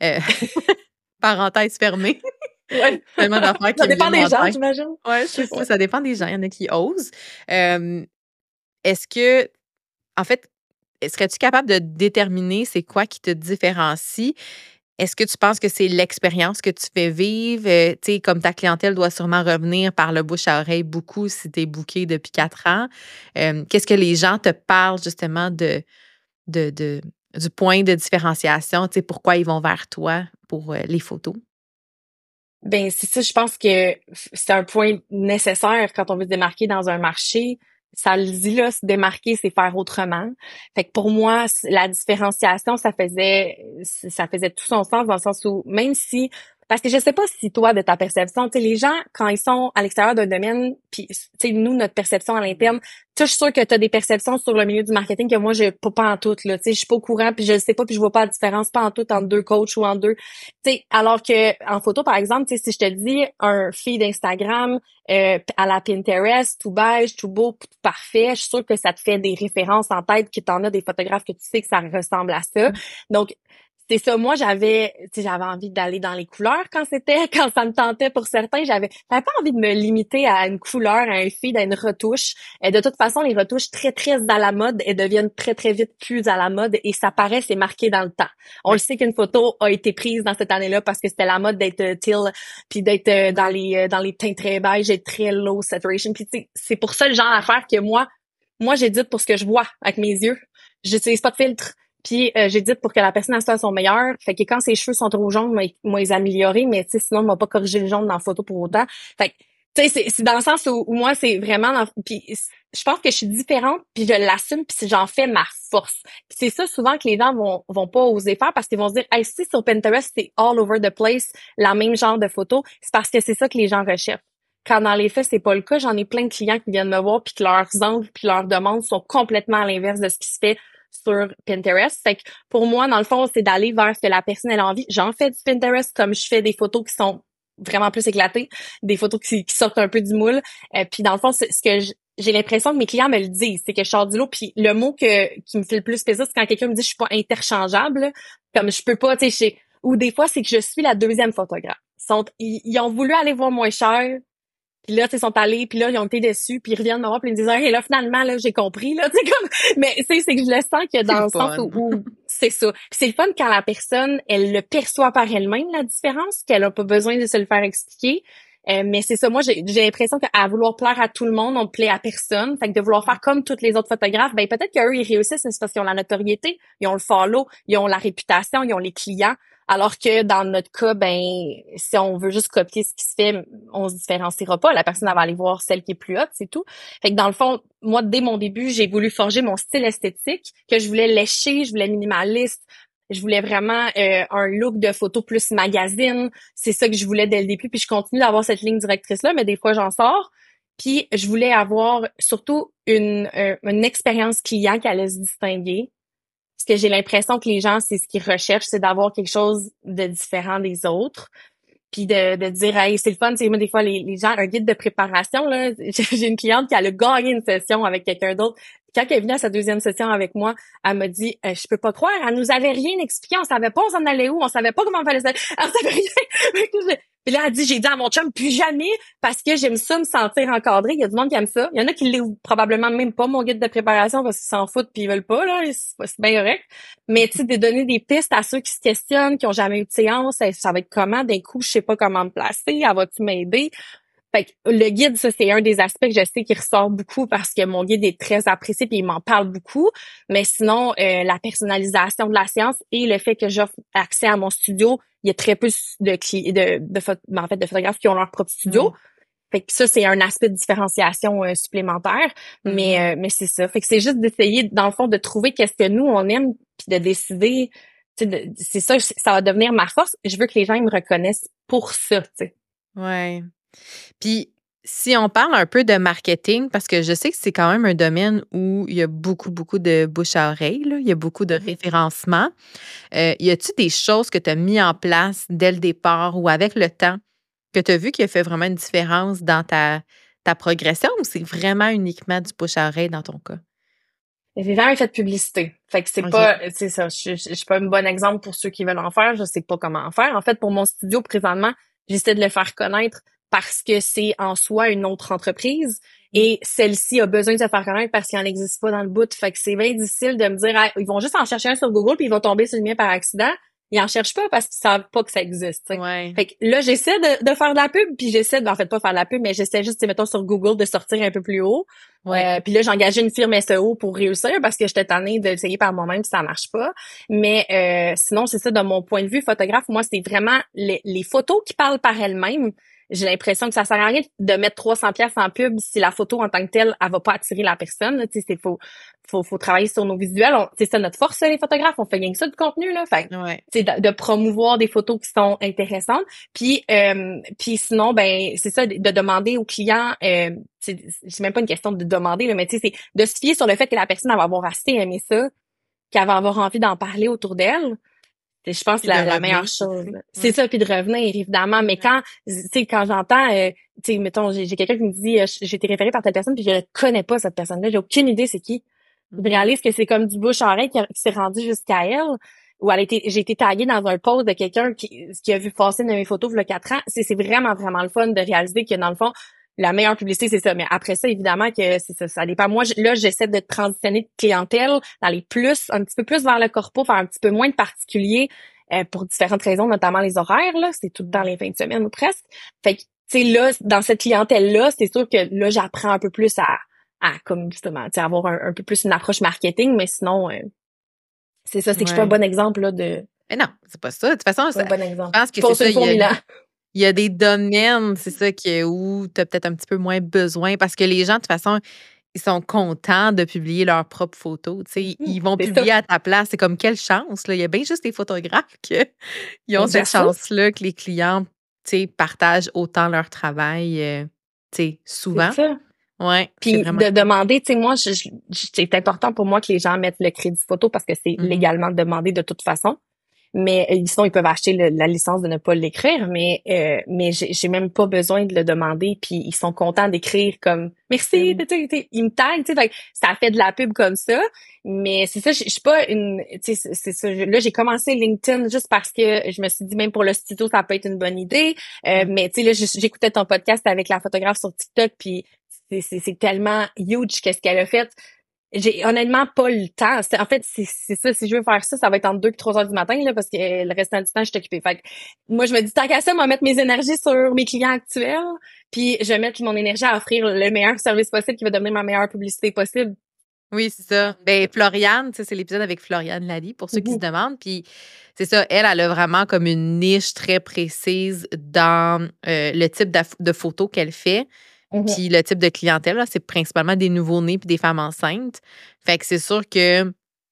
parenthèse fermée. Ouais. Tellement d'affaires qui Ça dépend des gens, tête. j'imagine. Ouais, c'est ça. Ça dépend des gens. Il y en a qui osent. Est-ce que, en fait, serais-tu capable de déterminer c'est quoi qui te différencie? Est-ce que tu penses que c'est l'expérience que tu fais vivre? Tu sais, comme ta clientèle doit sûrement revenir par le bouche à oreille beaucoup si tu es booké depuis 4 ans. Qu'est-ce que les gens te parlent justement du point de différenciation? Tu sais, pourquoi ils vont vers toi pour les photos? Ben, c'est ça, je pense que c'est un point nécessaire quand on veut se démarquer dans un marché. Ça le dit là, se démarquer, c'est faire autrement. Fait que pour moi, la différenciation, ça faisait tout son sens dans le sens où même si, parce que je sais pas si toi, de ta perception, tu sais, les gens, quand ils sont à l'extérieur d'un domaine, puis tu sais, nous, notre perception à l'interne, tu sais, je suis sûre que tu as des perceptions sur le milieu du marketing que moi, j'ai pas en tout, là. Tu sais, je suis pas au courant, puis je le sais pas, puis je vois pas la différence, pas en tout, entre deux coachs ou en deux. Tu sais, alors que en photo, par exemple, tu sais, si je te dis un feed Instagram à la Pinterest, tout beige, tout beau, tout parfait, je suis sûre que ça te fait des références en tête, que t'en as des photographes que tu sais que ça ressemble à ça. Donc, c'est ça, moi j'avais envie d'aller dans les couleurs quand ça me tentait pour certains, j'avais pas envie de me limiter à une couleur, à un feed, à une retouche. De toute façon, les retouches très très à la mode, elles deviennent très très vite plus à la mode et ça paraît, c'est marqué dans le temps. On le sait qu'une photo a été prise dans cette année-là parce que c'était la mode d'être teal puis d'être dans les teintes très beige et très low saturation. Puis c'est pour ça le genre d'affaire que moi j'édite pour ce que je vois avec mes yeux. J'utilise pas de filtre. Puis j'édite pour que la personne soit son meilleur. Fait que quand ses cheveux sont trop jaunes, moi les améliorer, mais tu sais sinon on m'a pas corrigé le jaune dans la photo pour autant. Fait que tu sais c'est dans le sens où moi c'est vraiment puis je pense que je suis différente puis je l'assume puis j'en fais ma force. Puis c'est ça souvent que les gens vont pas oser faire parce qu'ils vont se dire hey, si sur Pinterest c'est all over the place la même genre de photo, c'est parce que c'est ça que les gens recherchent. Quand dans les faits, c'est pas le cas, j'en ai plein de clients qui viennent me voir puis que leurs angles puis leurs demandes sont complètement à l'inverse de ce qui se fait sur Pinterest. Fait que pour moi, dans le fond, c'est d'aller vers ce que la personne elle a envie. J'en fais du Pinterest comme je fais des photos qui sont vraiment plus éclatées, des photos qui sortent un peu du moule. Puis dans le fond, c'est ce que j'ai l'impression que mes clients me le disent, c'est que je sors du lot. Puis le mot qui me fait le plus plaisir, c'est quand quelqu'un me dit je suis pas interchangeable, comme je peux pas, tu sais, ou des fois c'est que je suis la deuxième photographe. Ils ont voulu aller voir moins cher. Puis là, ils sont allés, puis là, ils ont été déçus, puis ils reviennent me voir, puis ils me disent « Et là, finalement, là, j'ai compris, là, tu sais, comme... » Mais, c'est que je le sens que dans le sens où c'est ça. Puis c'est le fun quand la personne, elle le perçoit par elle-même, la différence, qu'elle a pas besoin de se le faire expliquer. Mais c'est ça, moi, j'ai l'impression qu'à vouloir plaire à tout le monde, on plaît à personne. Fait que de vouloir faire comme tous les autres photographes, ben peut-être qu'eux, ils réussissent, c'est parce qu'ils ont la notoriété, ils ont le follow, ils ont la réputation, ils ont les clients. Alors que dans notre cas, ben, si on veut juste copier ce qui se fait, on se différenciera pas. La personne, elle va aller voir celle qui est plus haute, c'est tout. Fait que dans le fond, moi, dès mon début, j'ai voulu forger mon style esthétique, que je voulais lécher, je voulais minimaliste, je voulais vraiment un look de photo plus magazine. C'est ça que je voulais dès le début. Puis je continue d'avoir cette ligne directrice-là, mais des fois, j'en sors. Puis je voulais avoir surtout une expérience client qui allait se distinguer. Parce que j'ai l'impression que les gens, c'est ce qu'ils recherchent, c'est d'avoir quelque chose de différent des autres. Puis de dire, hey, c'est le fun, c'est moi, des fois, les gens, un guide de préparation, là, j'ai une cliente qui a gagné une session avec quelqu'un d'autre. Quand elle est venue à sa deuxième session avec moi, elle m'a dit, je peux pas croire, elle nous avait rien expliqué, on savait pas on s'en allait où, on savait pas comment on fallait ça, on savait rien. Puis là, elle dit, j'ai dit à mon chum, plus jamais, parce que j'aime ça me sentir encadré. Il y a du monde qui aime ça. Il y en a qui l'ouvrent probablement même pas, mon guide de préparation, parce qu'ils s'en foutent puis ils veulent pas, là. C'est bien correct. Mais, tu sais, de donner des pistes à ceux qui se questionnent, qui ont jamais eu de séance, ça va être comment? D'un coup, je sais pas comment me placer. Elle va-tu m'aider? Fait que le guide, ça, c'est un des aspects que je sais qui ressort beaucoup parce que mon guide est très apprécié puis il m'en parle beaucoup. Mais sinon, la personnalisation de la séance et le fait que j'offre accès à mon studio, il y a très peu de photographes qui ont leur propre studio. Fait que ça, c'est un aspect de différenciation supplémentaire. Mais c'est ça. Fait que c'est juste d'essayer, dans le fond, de trouver qu'est-ce que nous, on aime puis de décider. C'est ça, ça va devenir ma force. Je veux que les gens ils me reconnaissent pour ça, tu sais. Ouais. Puis, si on parle un peu de marketing, parce que je sais que c'est quand même un domaine où il y a beaucoup, beaucoup de bouche à oreille, là, il y a beaucoup de référencement. Y a-t-il des choses que tu as mis en place dès le départ ou avec le temps que tu as vu qui a fait vraiment une différence dans ta progression ou c'est vraiment uniquement du bouche à oreille dans ton cas? J'ai jamais fait de publicité. Fait que c'est pas, c'est ça, je suis pas un bon exemple pour ceux qui veulent en faire, je sais pas comment en faire. En fait, pour mon studio, présentement, j'essaie de le faire connaître parce que c'est en soi une autre entreprise et celle-ci a besoin de se faire connaître parce qu'il n'en existe pas dans le bout. Fait que c'est bien difficile de me dire, ah, ils vont juste en chercher un sur Google puis ils vont tomber sur le mien par accident. Ils en cherchent pas parce qu'ils savent pas que ça existe. Ouais. Fait que là, j'essaie de faire de la pub, puis j'essaie de, en fait, pas faire de la pub, mais j'essaie juste, mettons, sur Google, de sortir un peu plus haut. Ouais. Puis là, j'ai engagé une firme SEO pour réussir parce que j'étais tannée de l'essayer par moi-même puis ça marche pas. Mais sinon, c'est ça, de mon point de vue photographe, moi, c'est vraiment les photos qui parlent par elles-mêmes. J'ai l'impression que ça sert à rien de mettre 300 pièces en pub si la photo en tant que telle, elle va pas attirer la personne. Tu sais, faut travailler sur nos visuels. C'est ça notre force, les photographes. On fait rien que ça du contenu, là. Fait c'est de promouvoir des photos qui sont intéressantes. Puis sinon, ben c'est ça, de demander aux clients. C'est même pas une question de demander, là, mais tu sais, c'est de se fier sur le fait que la personne elle va avoir assez aimé ça, qu'elle va avoir envie d'en parler autour d'elle. Je pense que la meilleure chose, c'est ça, puis de revenir, évidemment. Mais quand, tu sais, quand j'entends, tu sais, mettons, j'ai quelqu'un qui me dit, j'ai été référée par telle personne, puis je ne connais pas cette personne-là, j'ai aucune idée c'est qui. Je réalise que c'est comme du bouche à oreille qui s'est rendu jusqu'à elle, ou j'ai été taguée dans un post de quelqu'un qui a vu passer une de mes photos il y a 4 ans. C'est vraiment, vraiment le fun de réaliser que dans le fond, la meilleure publicité, c'est ça. Mais après ça, évidemment que c'est ça. Ça dépend. Moi, là, j'essaie de transitionner de clientèle, d'aller plus, un petit peu plus vers le corpo, faire un petit peu moins de particulier pour différentes raisons, notamment les horaires. Là, c'est tout dans les fins de semaine ou presque. Fait que, tu sais, là, dans cette clientèle-là, c'est sûr que là, j'apprends un peu plus à comme justement, tu sais, avoir un peu plus une approche marketing. Mais sinon, c'est ça. C'est que je suis pas un bon exemple là de. Mais non, c'est pas ça. De toute façon, c'est pas un bon exemple. Je pense que c'est ça. Il y a des domaines, c'est ça, où tu as peut-être un petit peu moins besoin parce que les gens, de toute façon, ils sont contents de publier leurs propres photos. Ils vont publier à ta place. C'est comme quelle chance. Là. Il y a bien juste les photographes qui ont cette chance-là que les clients partagent autant leur travail souvent. C'est ça. Ouais. Puis de demander, tu sais, moi, c'est important pour moi que les gens mettent le crédit photo parce que c'est légalement demandé de toute façon. Mais sinon, ils peuvent acheter la licence de ne pas l'écrire, mais j'ai même pas besoin de le demander, puis ils sont contents d'écrire comme merci, ils me taguent, tu sais, ça fait de la pub comme ça, mais c'est ça, je suis pas une, tu sais, c'est ça, là j'ai commencé LinkedIn juste parce que je me suis dit même pour le studio ça peut être une bonne idée, mais tu sais là j'écoutais ton podcast avec la photographe sur TikTok, puis c'est tellement huge qu'est-ce qu'elle a fait. J'ai honnêtement pas le temps. En fait, c'est ça. Si je veux faire ça, ça va être entre 2 et 3 heures du matin, là, parce que le restant du temps, je suis occupée. Fait que moi, je me dis, tant qu'à ça, moi, mettre mes énergies sur mes clients actuels, puis je vais mettre mon énergie à offrir le meilleur service possible qui va devenir ma meilleure publicité possible. Oui, c'est ça. Ben, Floriane, tu sais, c'est l'épisode avec Floriane Lally, pour ceux qui se demandent. Puis, c'est ça, elle a vraiment comme une niche très précise dans le type de photos qu'elle fait. Puis le type de clientèle, là, c'est principalement des nouveau-nés puis des femmes enceintes. Fait que c'est sûr que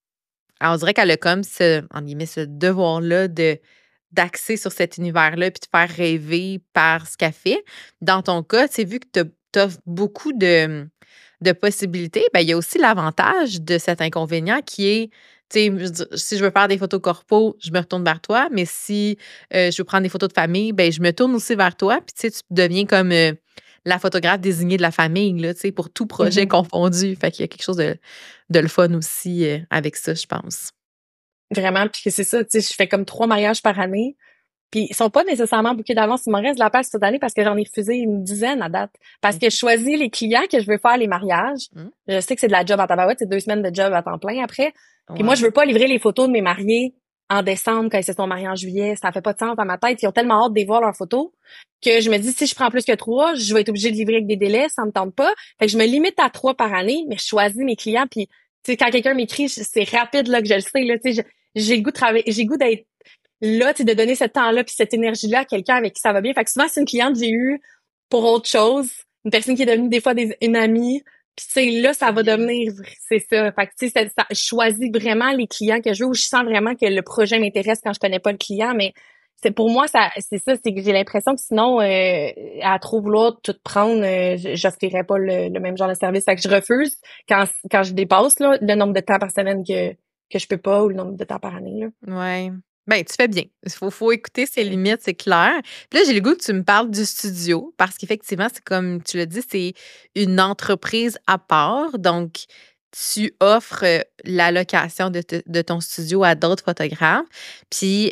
on dirait qu'elle a comme ce devoir-là d'axer sur cet univers-là puis de faire rêver par ce qu'elle fait. Dans ton cas, tu sais, vu que tu offres beaucoup de possibilités, ben il y a aussi l'avantage de cet inconvénient qui est, tu sais, si je veux faire des photos corpo, je me retourne vers toi, mais si je veux prendre des photos de famille, ben je me tourne aussi vers toi, puis tu sais, tu deviens comme la photographe désignée de la famille, là, tu sais, pour tout projet confondu. Fait qu'il y a quelque chose de le fun aussi avec ça, je pense. Vraiment, puis c'est ça, tu sais, je fais comme 3 mariages par année. Puis ils sont pas nécessairement bookés d'avance. Il m'en reste de la place cette année parce que j'en ai refusé une dizaine à date. Parce que je choisis les clients que je veux faire les mariages. Je sais que c'est de la job en tabarouette, c'est 2 semaines de job à temps plein après. Puis moi, je veux pas livrer les photos de mes mariés en décembre quand ils se sont mariés en juillet. Ça fait pas de sens dans ma tête. Ils ont tellement hâte de voir leurs photos que je me dis, si je prends plus que 3, je vais être obligée de livrer avec des délais. Ça me tente pas. Fait que je me limite à 3 par année, mais je choisis mes clients. Puis, tu sais, quand quelqu'un m'écrit, c'est rapide là que je le sais. Là, tu sais, j'ai le goût de travailler, j'ai le goût d'être là, tu sais, de donner ce temps-là puis cette énergie-là à quelqu'un avec qui ça va bien. Fait que souvent, c'est une cliente que j'ai eue pour autre chose. Une personne qui est devenue des fois une amie. Puis tu sais, là, ça va devenir, c'est ça. Fait que tu sais, je choisis vraiment les clients que je veux ou je sens vraiment que le projet m'intéresse quand je connais pas le client. Mais c'est pour moi, c'est ça, c'est que j'ai l'impression que sinon, à trop vouloir tout prendre, j'offrirais pas le même genre de service. Fait que je refuse quand je dépasse là, le nombre de temps par semaine que je peux pas ou le nombre de temps par année. Là. Ouais. Ben, tu fais bien. Il faut écouter ses limites, c'est clair. Puis là, j'ai le goût que tu me parles du studio parce qu'effectivement, c'est comme tu l'as dit, c'est une entreprise à part. Donc, tu offres la location de ton studio à d'autres photographes. Puis,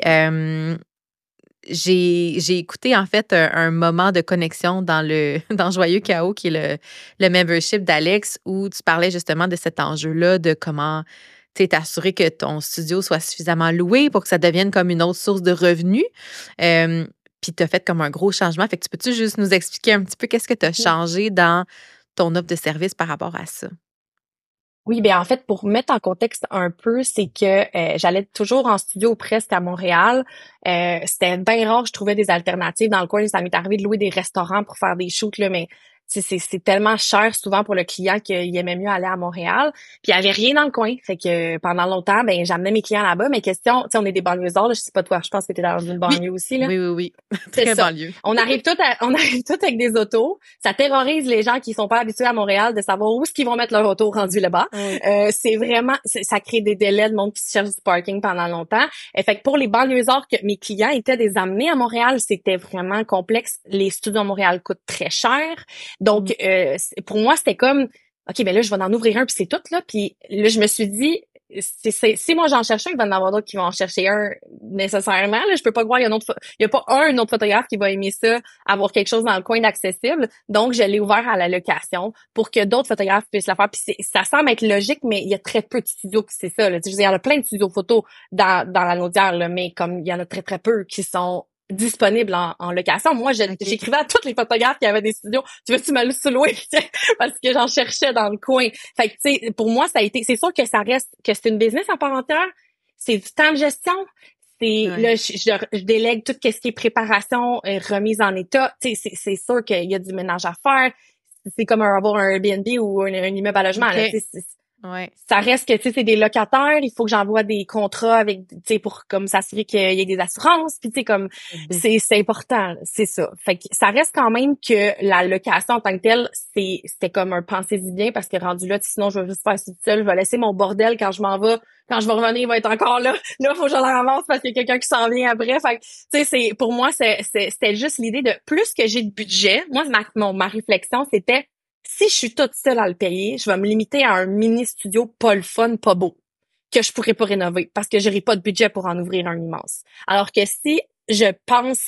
j'ai écouté en fait un moment de connexion dans Joyeux Chaos, qui est le membership d'Alex, où tu parlais justement de cet enjeu-là, de comment t'assurer que ton studio soit suffisamment loué pour que ça devienne comme une autre source de revenus. Puis tu as fait comme un gros changement. Fait que tu peux-tu juste nous expliquer un petit peu qu'est-ce que tu as changé dans ton offre de service par rapport à ça? Oui, ben en fait, pour mettre en contexte un peu, c'est que j'allais toujours en studio presque à Montréal. C'était bien rare, je trouvais des alternatives dans le coin. Ça m'est arrivé de louer des restaurants pour faire des shoots, là, mais c'est tellement cher souvent pour le client qu'il aimait mieux aller à Montréal. Puis il y avait rien dans le coin. Fait que pendant longtemps, ben j'amenais mes clients là-bas. Mais question, tu sais, on est des banlieusards, là, je sais pas toi, je pense que t'es dans une banlieue aussi, là. Oui. Très banlieue. On arrive tous avec des autos. Ça terrorise les gens qui sont pas habitués à Montréal de savoir où est-ce qu'ils vont mettre leur auto rendu là-bas. Oui. C'est vraiment, ça crée des délais de monde qui se cherche du parking pendant longtemps. Fait que pour les banlieusards que mes clients étaient des amenés à Montréal, c'était vraiment complexe. Les studios à Montréal coûtent très cher. Donc, pour moi, c'était comme, OK, ben là, je vais en ouvrir un, puis c'est tout, là. Puis là, je me suis dit, si moi j'en cherche un, il va y en avoir d'autres qui vont en chercher un nécessairement. Là, je peux pas croire il y a pas un autre photographe qui va aimer ça, avoir quelque chose dans le coin d'accessible. Donc, je l'ai ouvert à la location pour que d'autres photographes puissent la faire. Puis ça semble être logique, mais il y a très peu de studios qui c'est ça. Là. Il y en a plein de studios photo dans la Naudière, là, mais comme il y en a très, très peu qui sont disponible en location. Moi, j'écrivais à tous les photographes qui avaient des studios, tu veux-tu me le sous-louer? Parce que j'en cherchais dans le coin. Fait que, tu sais, pour moi, ça a été, c'est sûr que ça reste, que c'est une business à part entière. C'est du temps de gestion. Là, je délègue tout ce qui est préparation, remise en état. Tu sais, c'est sûr qu'il y a du ménage à faire. C'est comme avoir un Airbnb ou un immeuble à logement. Okay. Là, Ouais. Ça reste que, tu sais, c'est des locataires, il faut que j'envoie des contrats avec, tu sais, pour comme s'assurer qu'il y ait des assurances, puis tu sais, comme, c'est important, c'est ça. Fait que ça reste quand même que la location en tant que telle, c'était comme un pensez-y bien, parce que rendu là, sinon je vais juste faire ça toute seule, je vais laisser mon bordel quand je m'en vais, quand je vais revenir, il va être encore là. Là, faut que je le ramasse parce qu'il y a quelqu'un qui s'en vient après. Fait que, tu sais, pour moi, c'était juste l'idée de plus que j'ai de budget. Moi, ma réflexion, c'était, si je suis toute seule à le payer, je vais me limiter à un mini studio pas le fun, pas beau, que je pourrais pas rénover parce que j'aurai pas de budget pour en ouvrir un immense. Alors que si je pense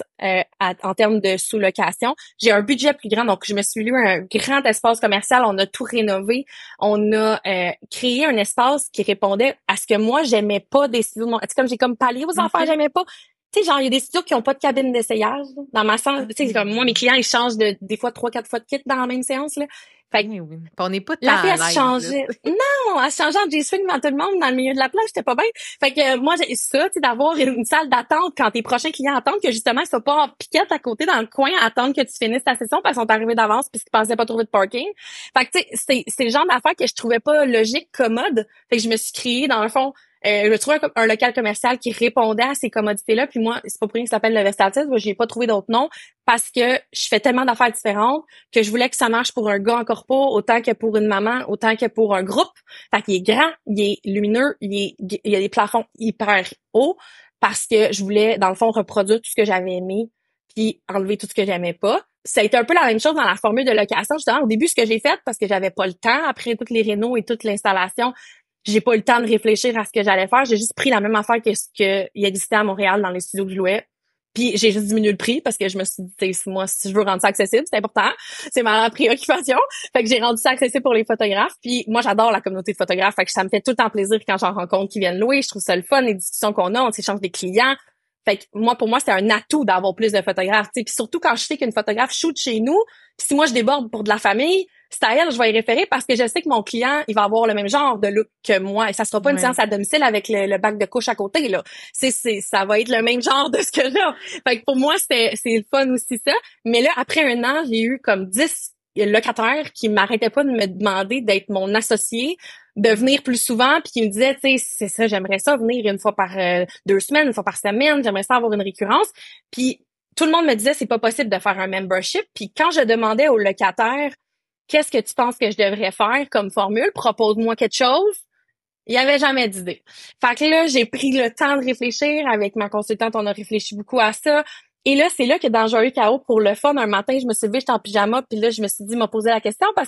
en termes de sous-location, j'ai un budget plus grand, donc je me suis loué un grand espace commercial, on a tout rénové, on a créé un espace qui répondait à ce que moi j'aimais pas des studios. Comme j'ai comme pallié aux affaires, j'aimais pas. Tu sais, genre, il y a des studios qui ont pas de cabine d'essayage. Dans ma séance, tu sais, comme moi, mes clients, ils changent des fois 3-4 fois de kit dans la même séance, là. Fait que, oui. On n'est pas la fille, elle se changeait. Non, elle se changeait en G-string devant tout le monde dans le milieu de la plage, j'étais pas bien. Fait que, moi, j'ai ça, tu sais, d'avoir une salle d'attente quand tes prochains clients attendent, que justement, ils soient pas en piquette à côté dans le coin à attendre que tu finisses ta session parce qu'ils sont arrivés d'avance puisqu'ils pensaient pas trouver de parking. Fait que, tu sais, c'est le genre d'affaires que je trouvais pas logique, commode. Fait que je me suis créée, dans le fond, je trouvais un local commercial qui répondait à ces commodités-là. Puis moi, c'est pas pour rien que ça s'appelle le Vestatis. Moi, j'ai pas trouvé d'autre nom parce que je fais tellement d'affaires différentes que je voulais que ça marche pour un gars en corpo autant que pour une maman, autant que pour un groupe. Fait qu'il est grand, il est lumineux, il y a des plafonds hyper hauts parce que je voulais, dans le fond, reproduire tout ce que j'avais aimé puis enlever tout ce que j'aimais pas. Ça a été un peu la même chose dans la formule de location. Justement, au début, ce que j'ai fait, parce que j'avais pas le temps, après toutes les rénaux et toute l'installation, j'ai pas eu le temps de réfléchir à ce que j'allais faire. J'ai juste pris la même affaire que ce qu'il existait à Montréal dans les studios que je louais. Puis j'ai juste diminué le prix parce que je me suis dit, moi, si je veux rendre ça accessible, c'est important. C'est ma préoccupation. Fait que j'ai rendu ça accessible pour les photographes. Puis moi, j'adore la communauté de photographes. Fait que ça me fait tout le temps plaisir quand j'en rencontre qui viennent louer. Je trouve ça le fun, les discussions qu'on a, on s'échange des clients. Fait que moi, pour moi, c'est un atout d'avoir plus de photographes. T'sais. Puis surtout quand je sais qu'une photographe shoot chez nous, puis si moi je déborde pour de la famille, c'est à elle, je vais y référer parce que je sais que mon client, il va avoir le même genre de look que moi. Et ça sera pas une séance à domicile avec le bac de couche à côté, là. Ça va être le même genre de ce que j'ai. Fait que pour moi, c'est le fun aussi, ça. Mais là, après un an, j'ai eu comme 10 locataires qui m'arrêtaient pas de me demander d'être mon associé, de venir plus souvent, puis qui me disaient, tu sais, c'est ça, j'aimerais ça venir une fois par 2 semaines, une fois par semaine, j'aimerais ça avoir une récurrence. Puis tout le monde me disait, c'est pas possible de faire un membership. Puis quand je demandais aux locataires, qu'est-ce que tu penses que je devrais faire comme formule? Propose-moi quelque chose. Il y avait jamais d'idée. Fait que là, j'ai pris le temps de réfléchir. Avec ma consultante, on a réfléchi beaucoup à ça. Et là, c'est là que dans Joyeux Chaos, pour le fun, un matin, je me suis levée, j'étais en pyjama, puis là, je me suis dit, m'a posé la question parce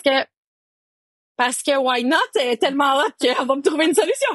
que why not? Elle est tellement hot qu'elle va me trouver une solution.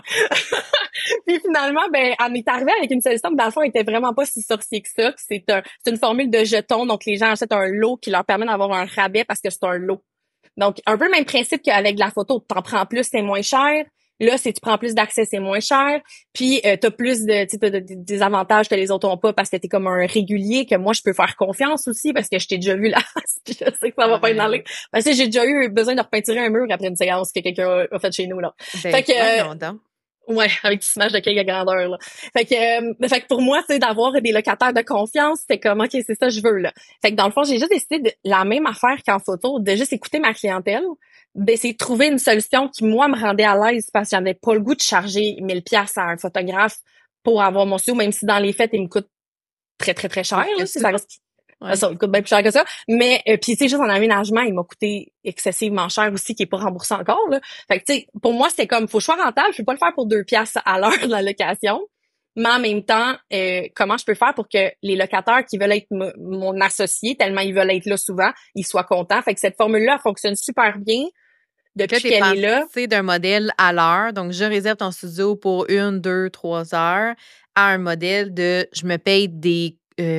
Puis finalement, elle m'est arrivée avec une solution, mais dans le fond, elle était vraiment pas si sorcier que ça. C'est une formule de jetons, donc les gens achètent un lot qui leur permet d'avoir un rabais parce que c'est un lot. Donc, un peu le même principe qu'avec la photo. T'en prends plus, c'est moins cher. Là, si tu prends plus d'accès, c'est moins cher. Puis, t'as plus des avantages que les autres ont pas parce que t'es comme un régulier que moi, je peux faire confiance aussi parce que je t'ai déjà vu là. Puis je sais que ça va pas être dans le... Parce que j'ai déjà eu besoin de repeinturer un mur après une séance que quelqu'un a fait chez nous, là. Fait que... Ouais, avec une image de quelle grandeur, là. Fait que pour moi, tu sais, d'avoir des locataires de confiance, c'est comme, OK, c'est ça que je veux, là. Fait que dans le fond, j'ai juste décidé de la même affaire qu'en photo, de juste écouter ma clientèle, d'essayer de trouver une solution qui, moi, me rendait à l'aise parce que j'avais pas le goût de charger 1000 pièces à un photographe pour avoir mon studio, même si dans les faits, il me coûte très, très, très cher, là. Ça reste... Ouais. Ça me coûte bien plus cher que ça. Mais puis tu sais, juste en aménagement, il m'a coûté excessivement cher aussi, qui est pas remboursé encore, là. Fait que tu sais, pour moi, c'était comme, faut que je sois rentable, je peux pas le faire pour 2 piastres à l'heure de la location. Mais en même temps, comment je peux faire pour que les locataires qui veulent être mon associé, tellement ils veulent être là souvent, ils soient contents. Fait que cette formule-là, elle fonctionne super bien depuis qu'elle est là. C'est d'un modèle à l'heure. Donc, je réserve ton studio pour 1, 2, 3 heures à un modèle de je me paye des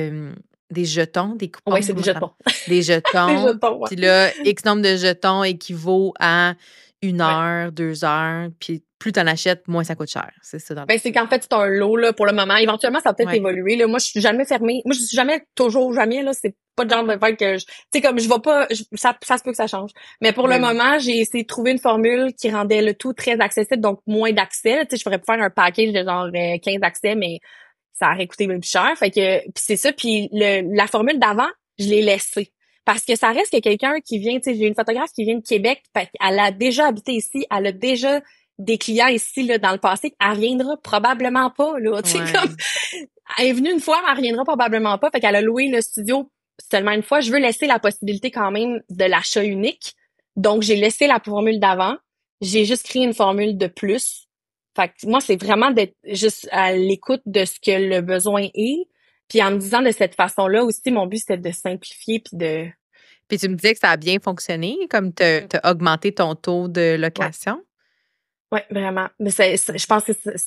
jetons, des coupons. Oui, c'est des jetons. Des jetons. Des jetons, ouais. Puis là, X nombre de jetons équivaut à 1 heure, 2 heures. Puis plus t'en achètes, moins ça coûte cher. C'est ça. C'est qu'en fait, c'est un lot, là, pour le moment. Éventuellement, ça va peut-être évoluer, là. Moi, je suis jamais fermée. Moi, je suis jamais, toujours jamais, là. C'est pas le genre de fait que tu sais, comme je vais pas, ça se peut que ça change. Mais pour le moment, j'ai essayé de trouver une formule qui rendait le tout très accessible, donc moins d'accès. Tu sais, je pourrais faire un package de genre 15 accès, mais ça aurait coûté même plus cher. Fait que, puis c'est ça. Puis la formule d'avant, je l'ai laissée. Parce que ça reste que quelqu'un qui vient, tu sais, j'ai une photographe qui vient de Québec, fait qu'elle a déjà habité ici, elle a déjà des clients ici, là, dans le passé, elle reviendra probablement pas, là. Tu sais, comme, elle est venue une fois, mais elle reviendra probablement pas. Fait qu'elle a loué le studio seulement une fois. Je veux laisser la possibilité quand même de l'achat unique. Donc, j'ai laissé la formule d'avant. J'ai juste créé une formule de plus. Fait que moi, c'est vraiment d'être juste à l'écoute de ce que le besoin est. Puis en me disant de cette façon-là aussi, mon but, c'était de simplifier puis de... Puis tu me disais que ça a bien fonctionné, comme tu as augmenté ton taux de location. Oui, vraiment. Mais je pense que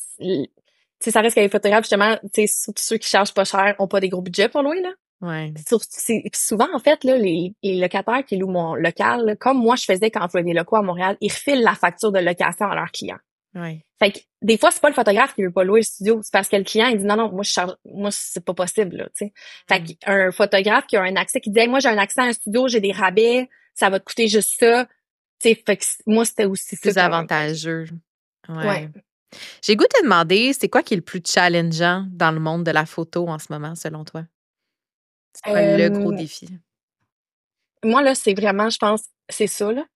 ça reste que les photographes, justement, surtout ceux qui chargent pas cher, ont pas des gros budgets pour louer, là. Ouais. Puis souvent, en fait, là, les locataires qui louent mon local, là, comme moi, je faisais quand je louais des locaux à Montréal, ils refilent la facture de location à leurs clients. Ouais. Fait que des fois, c'est pas le photographe qui veut pas louer le studio, c'est parce que le client, il dit non, moi, c'est pas possible, là, tu sais. Fait qu'un photographe qui a un accès, qui dit hey, moi, j'ai un accès à un studio, j'ai des rabais, ça va te coûter juste ça. Tu sais, fait que moi, c'était aussi plus avantageux. Ouais. J'ai goût de te demander, c'est quoi qui est le plus challengeant dans le monde de la photo en ce moment, selon toi? C'est quoi le gros défi? Moi, là, c'est vraiment, je pense, c'est ça, là.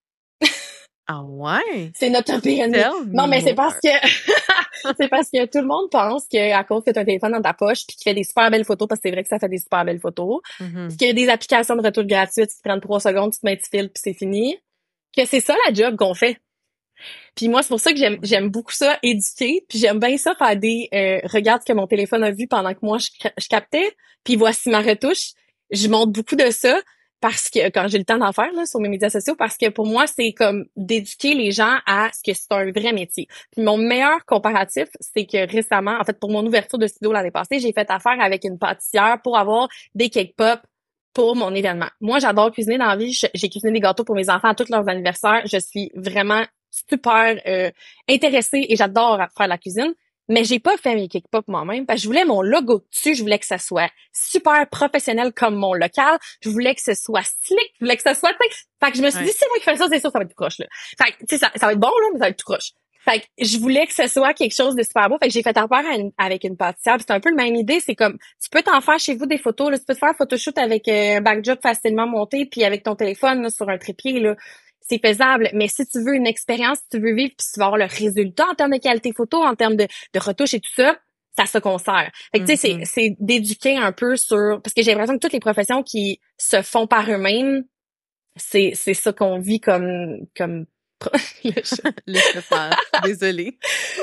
Ah ouais? C'est notre pire ennemi. Non, mais c'est parce que c'est parce que tout le monde pense qu'à cause que tu as un téléphone dans ta poche puis qu'il fait des super belles photos, parce que c'est vrai que ça fait des super belles photos, puis qu'il y a des applications de retour gratuites qui te prennent 3 secondes, tu te mets un petit fil puis c'est fini, que c'est ça la job qu'on fait. Puis moi, c'est pour ça que j'aime beaucoup ça, éduquer, puis j'aime bien ça faire des regarde ce que mon téléphone a vu pendant que moi je captais, puis voici ma retouche. Je montre beaucoup de ça parce que quand j'ai le temps d'en faire là sur mes médias sociaux, parce que pour moi c'est comme d'éduquer les gens à ce que c'est un vrai métier. Puis mon meilleur comparatif, c'est que récemment, en fait pour mon ouverture de studio l'année passée, j'ai fait affaire avec une pâtissière pour avoir des cake pop pour mon événement. Moi, j'adore cuisiner dans la vie. J'ai cuisiné des gâteaux pour mes enfants à tous leurs anniversaires. Je suis vraiment super intéressée et j'adore faire la cuisine. Mais j'ai pas fait mes cake pop moi-même parce que je voulais mon logo dessus. Je voulais que ça soit super professionnel comme mon local. Je voulais que ce soit slick. Je voulais que ce soit... Fait que je me suis dit, c'est moi qui fais ça, c'est sûr, ça va être tout croche, là. Fait que, tu sais, ça va être bon, là, mais ça va être tout croche. Fait que je voulais que ce soit quelque chose de super beau. Fait que j'ai fait affaire avec une pâtissière. C'est un peu la même idée. C'est comme, tu peux t'en faire chez vous des photos. Là. Tu peux te faire un photoshoot avec un backdrop facilement monté puis avec ton téléphone là, sur un trépied. Là. C'est faisable. Mais si tu veux une expérience, si tu veux vivre puis tu vas avoir le résultat en termes de qualité photo, en termes de retouche et tout ça, ça se conserve. Fait que tu sais, c'est d'éduquer un peu sur... Parce que j'ai l'impression que toutes les professions qui se font par eux-mêmes, c'est ça qu'on vit comme le chauffeur. Désolée.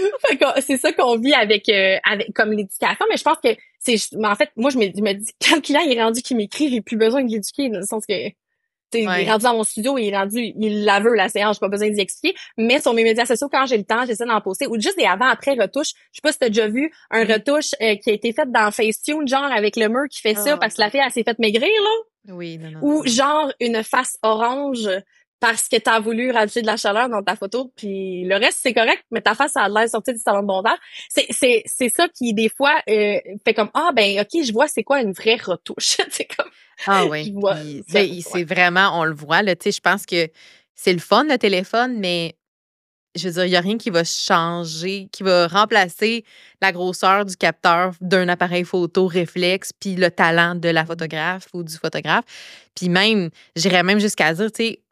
C'est ça qu'on vit avec comme l'éducation, mais je pense que en fait, moi je me dis quand le client est rendu qui m'écrit, j'ai plus besoin de l'éduquer dans le sens que il est rendu dans mon studio, il la veut la séance, j'ai pas besoin d'y expliquer, mais sur mes médias sociaux quand j'ai le temps, j'essaie d'en poster ou juste des avant après retouches. Je sais pas si t'as déjà vu un retouche qui a été fait dans Facetune genre avec le mur qui fait ça parce que la fille elle s'est fait maigrir là. Oui, non. Ou genre une face orange parce que t'as voulu rajouter de la chaleur dans ta photo, puis le reste c'est correct, mais ta face a l'air sortie du salon de montage. C'est ça qui des fois fait comme ben ok, je vois c'est quoi une vraie retouche. C'est comme oui. C'est vraiment on le voit là, tu sais, je pense que c'est le fun le téléphone, mais je veux dire, il n'y a rien qui va changer, qui va remplacer la grosseur du capteur d'un appareil photo réflexe puis le talent de la photographe ou du photographe. Puis même, j'irais même jusqu'à dire, tu sais,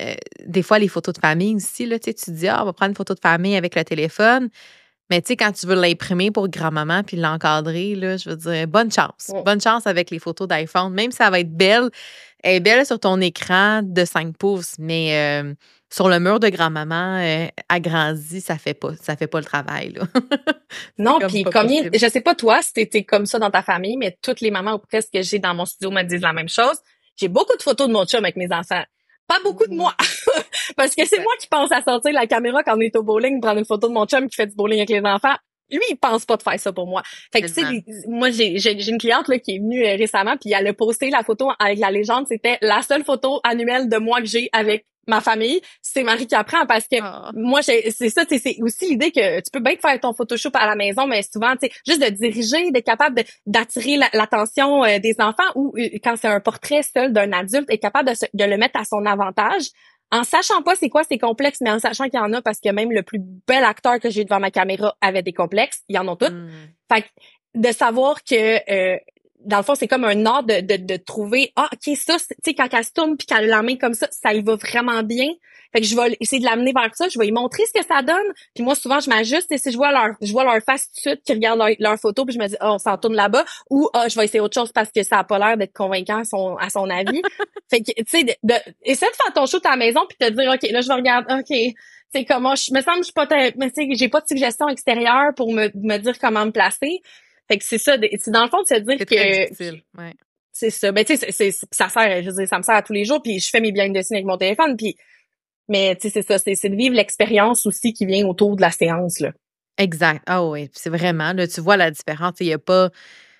des fois, les photos de famille aussi, là, tu te dis, on va prendre une photo de famille avec le téléphone. Mais tu sais, quand tu veux l'imprimer pour grand-maman puis l'encadrer, là, je veux dire, bonne chance. Bonne chance avec les photos d'iPhone. Même si ça va être belle, elle est belle sur ton écran de 5 pouces, mais sur le mur de grand-maman agrandi, ça fait pas le travail, là. Non, puis combien, je sais pas toi si t'étais comme ça dans ta famille, mais toutes les mamans ou presque que j'ai dans mon studio me disent la même chose. J'ai beaucoup de photos de mon chum avec mes enfants. Pas beaucoup de moi. Parce que c'est moi qui pense à sortir la caméra quand on est au bowling, prendre une photo de mon chum qui fait du bowling avec les enfants. Lui, il pense pas de faire ça pour moi. Fait que, tu sais, moi, j'ai une cliente, là, qui est venue récemment, puis elle a posté la photo avec la légende. C'était la seule photo annuelle de moi que j'ai avec ma famille. C'est Marie qui apprend parce que moi, c'est ça, c'est aussi l'idée que tu peux bien faire ton Photoshop à la maison, mais souvent, tu sais, juste de diriger, d'être capable d'attirer l'attention des enfants ou quand c'est un portrait seul d'un adulte, être capable de le mettre à son avantage. En sachant pas c'est quoi ces complexes, mais en sachant qu'il y en a parce que même le plus bel acteur que j'ai devant ma caméra avait des complexes, ils en ont tous. Fait que de savoir que dans le fond, c'est comme un art de trouver, OK, ça, tu sais, quand elle se tourne puis qu'elle a la main comme ça y va vraiment bien. Fait que je vais essayer de l'amener vers ça, je vais lui montrer ce que ça donne. Puis moi, souvent, je m'ajuste et si je vois leur face tout de suite qui regardent leur photo puis je me dis, on s'en tourne là-bas ou, je vais essayer autre chose parce que ça a pas l'air d'être convaincant à son avis. Fait que, tu sais, essaie de faire ton shoot à la maison puis te dire, OK, là, je vais regarder, OK, c'est comment me semble que je suis pas mais tu sais j'ai pas de suggestion extérieure pour me dire comment me placer. Fait que c'est ça, c'est dans le fond de se dire c'est très difficile, ouais. C'est ça. Ben tu sais ça sert, je veux dire, ça me sert à tous les jours puis je fais mes behind the scenes avec mon téléphone puis mais tu sais c'est ça, c'est de vivre l'expérience aussi qui vient autour de la séance là. Exact. Ah oui, c'est vraiment là tu vois la différence, il y a pas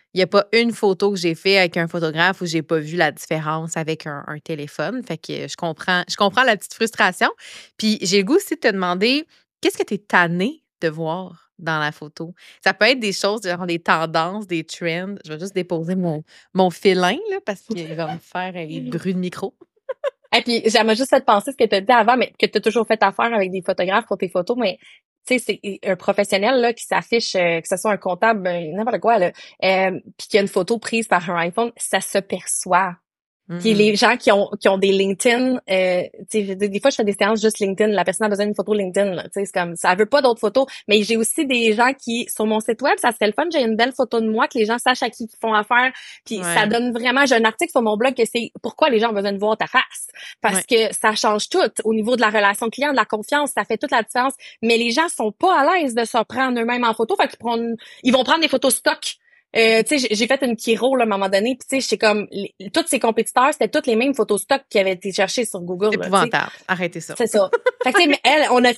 une photo que j'ai fait avec un photographe où j'ai pas vu la différence avec un téléphone. Fait que je comprends la petite frustration. Puis j'ai le goût aussi de te demander, qu'est-ce que tu es tanné de voir dans la photo? Ça peut être des choses, genre des tendances, des trends. Je vais juste déposer mon félin, là, parce qu'il va me faire des bruits de micro. Et puis j'aimerais juste fait penser ce que tu as dit avant, mais que tu as toujours fait affaire avec des photographes pour tes photos, mais tu sais, c'est un professionnel là qui s'affiche, que ce soit un comptable, n'importe quoi, là, puis qu'il y a une photo prise par un iPhone, ça se perçoit. Puis les gens qui ont des LinkedIn, tu sais, des fois je fais des séances juste LinkedIn, la personne a besoin d'une photo LinkedIn, là, tu sais, c'est comme ça veut pas d'autres photos, mais j'ai aussi des gens qui sur mon site web, ça serait le fun, j'ai une belle photo de moi que les gens sachent à qui ils font affaire, puis ça donne vraiment, j'ai un article sur mon blog que c'est pourquoi les gens ont besoin de voir ta face, parce que ça change tout au niveau de la relation client, de la confiance, ça fait toute la différence, mais les gens sont pas à l'aise de se prendre eux-mêmes en photo, fait qu'ils vont prendre des photos stock. Tu sais, j'ai fait une Kiro là, à un moment donné, puis tu sais, j'étais comme tous ses compétiteurs, c'était toutes les mêmes photos stock qui avaient été cherchées sur Google. C'est épouvantable. Arrêtez ça. C'est ça. Fait que, mais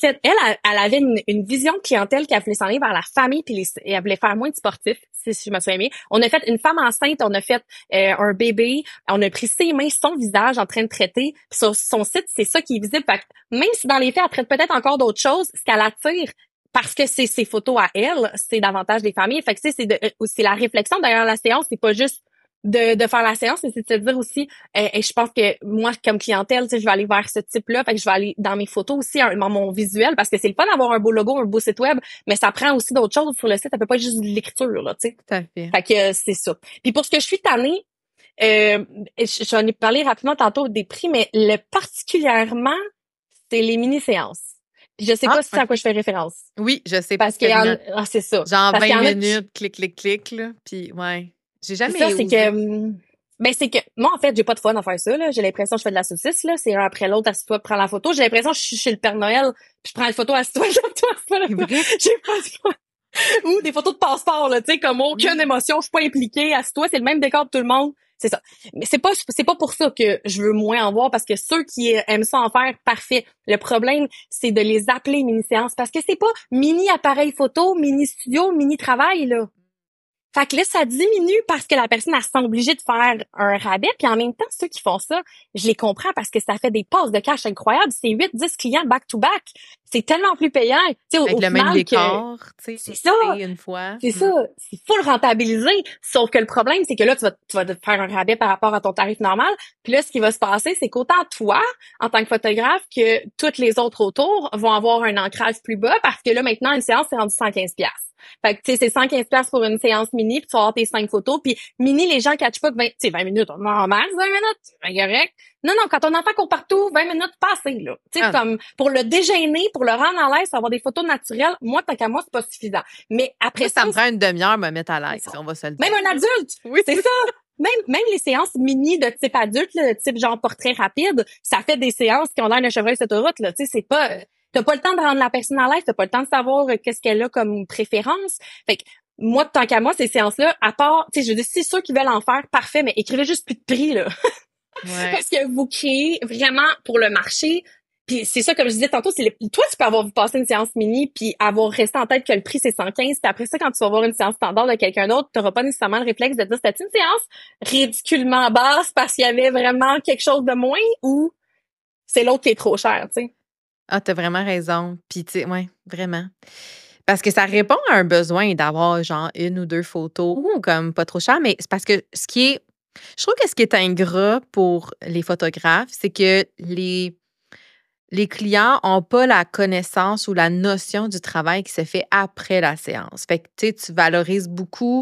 elle avait une vision de clientèle qui voulait s'en aller vers la famille, puis elle voulait faire moins de sportifs, si je me souviens bien. On a fait une femme enceinte, on a fait un bébé, on a pris ses mains, son visage en train de traiter. Puis sur son site, c'est ça qui est visible. Fait que même si dans les faits, elle traite peut-être encore d'autres choses, ce qu'elle attire, parce que c'est ses photos à elle, c'est davantage des familles. Fait que c'est la réflexion derrière la séance, c'est pas juste de faire la séance, mais c'est de se dire aussi, et je pense que moi, comme clientèle, tu sais, je vais aller vers ce type-là, fait que je vais aller dans mes photos aussi, dans mon visuel, parce que c'est le fun d'avoir un beau logo, un beau site web, mais ça prend aussi d'autres choses sur le site, ça peut pas être juste de lecture, là, tu sais. Tout à fait. Fait que c'est ça. Puis pour ce que je suis tannée, j'en ai parlé rapidement tantôt des prix, mais le particulièrement, c'est les mini-séances. Je sais pas si c'est à quoi je fais référence. Oui, je sais. Parce que c'est ça. Genre 20 minutes, clic, clic, clic, là. Puis, ouais. J'ai jamais osé. C'est que moi, en fait, j'ai pas de fun à faire ça, là. J'ai l'impression que je fais de la saucisse, là. C'est un après l'autre, assis-toi, prends la photo. J'ai l'impression que je suis chez le Père Noël, puis je prends une photo, assis-toi, toi. J'ai pas de fun. Ou des photos de passeport, là, tu sais, comme aucune émotion, je suis pas impliquée, assis-toi, c'est le même décor de tout le monde. C'est ça. Mais c'est pas pour ça que je veux moins en voir, parce que ceux qui aiment ça en faire, parfait. Le problème, c'est de les appeler mini-séances, parce que c'est pas mini appareil photo, mini studio, mini travail, là. Fait que là, ça diminue parce que la personne, elle se sent obligée de faire un rabais. Puis en même temps, ceux qui font ça, je les comprends parce que ça fait des passes de cash incroyables. C'est 8-10 clients back-to-back. C'est tellement plus payant. Avec le même décor, tu sais. C'est ça. Une fois. C'est ça. C'est full rentabilisé. Sauf que le problème, c'est que là, tu vas te faire un rabais par rapport à ton tarif normal. Puis là, ce qui va se passer, c'est qu'autant toi, en tant que photographe, que toutes les autres autour vont avoir un ancrage plus bas parce que là, maintenant, une séance, c'est rendu 115$. Fait que, tu sais, c'est 115$ pour une séance mini, puis tu vas avoir tes 5 photos. Puis mini, les gens catchent pas que 20 minutes, normal, 20 minutes, c'est correct. Non, quand ton enfant court partout, 20 minutes, passées, là. Tu sais, comme, pour le déjeuner, pour le rendre à l'aise, avoir des photos naturelles, moi, tant qu'à moi, c'est pas suffisant. Mais après ça me prend une demi-heure à me mettre à l'aise, on va se le dire. Même un adulte! Oui, c'est ça! Même les séances mini de type adulte, là, de type genre portrait rapide, ça fait des séances qui ont l'air de chevreuil sur l'autoroute, là. Tu sais, c'est pas... T'as pas le temps de rendre la personne à l'aise, t'as pas le temps de savoir qu'est-ce qu'elle a comme préférence. Fait que moi, tant qu'à moi, ces séances-là, à part, tu sais, je veux dire, si ceux qui veulent en faire, parfait, mais écrivez juste plus de prix, là. Ouais. Parce que vous créez vraiment pour le marché. Puis c'est ça, comme je disais tantôt, toi, tu peux avoir vu passer une séance mini puis avoir resté en tête que le prix, c'est 115. Puis après ça, quand tu vas voir une séance standard de quelqu'un d'autre, t'auras pas nécessairement le réflexe de dire, c'était une séance ridiculement basse parce qu'il y avait vraiment quelque chose de moins ou c'est l'autre qui est trop cher, tu sais. Ah, t'as vraiment raison. Puis, tu sais, ouais, vraiment. Parce que ça répond à un besoin d'avoir, genre, 1 ou 2 photos, comme pas trop cher, mais c'est parce que je trouve que ce qui est ingrat pour les photographes, c'est que les clients ont pas la connaissance ou la notion du travail qui se fait après la séance. Fait que, tu sais, tu valorises beaucoup,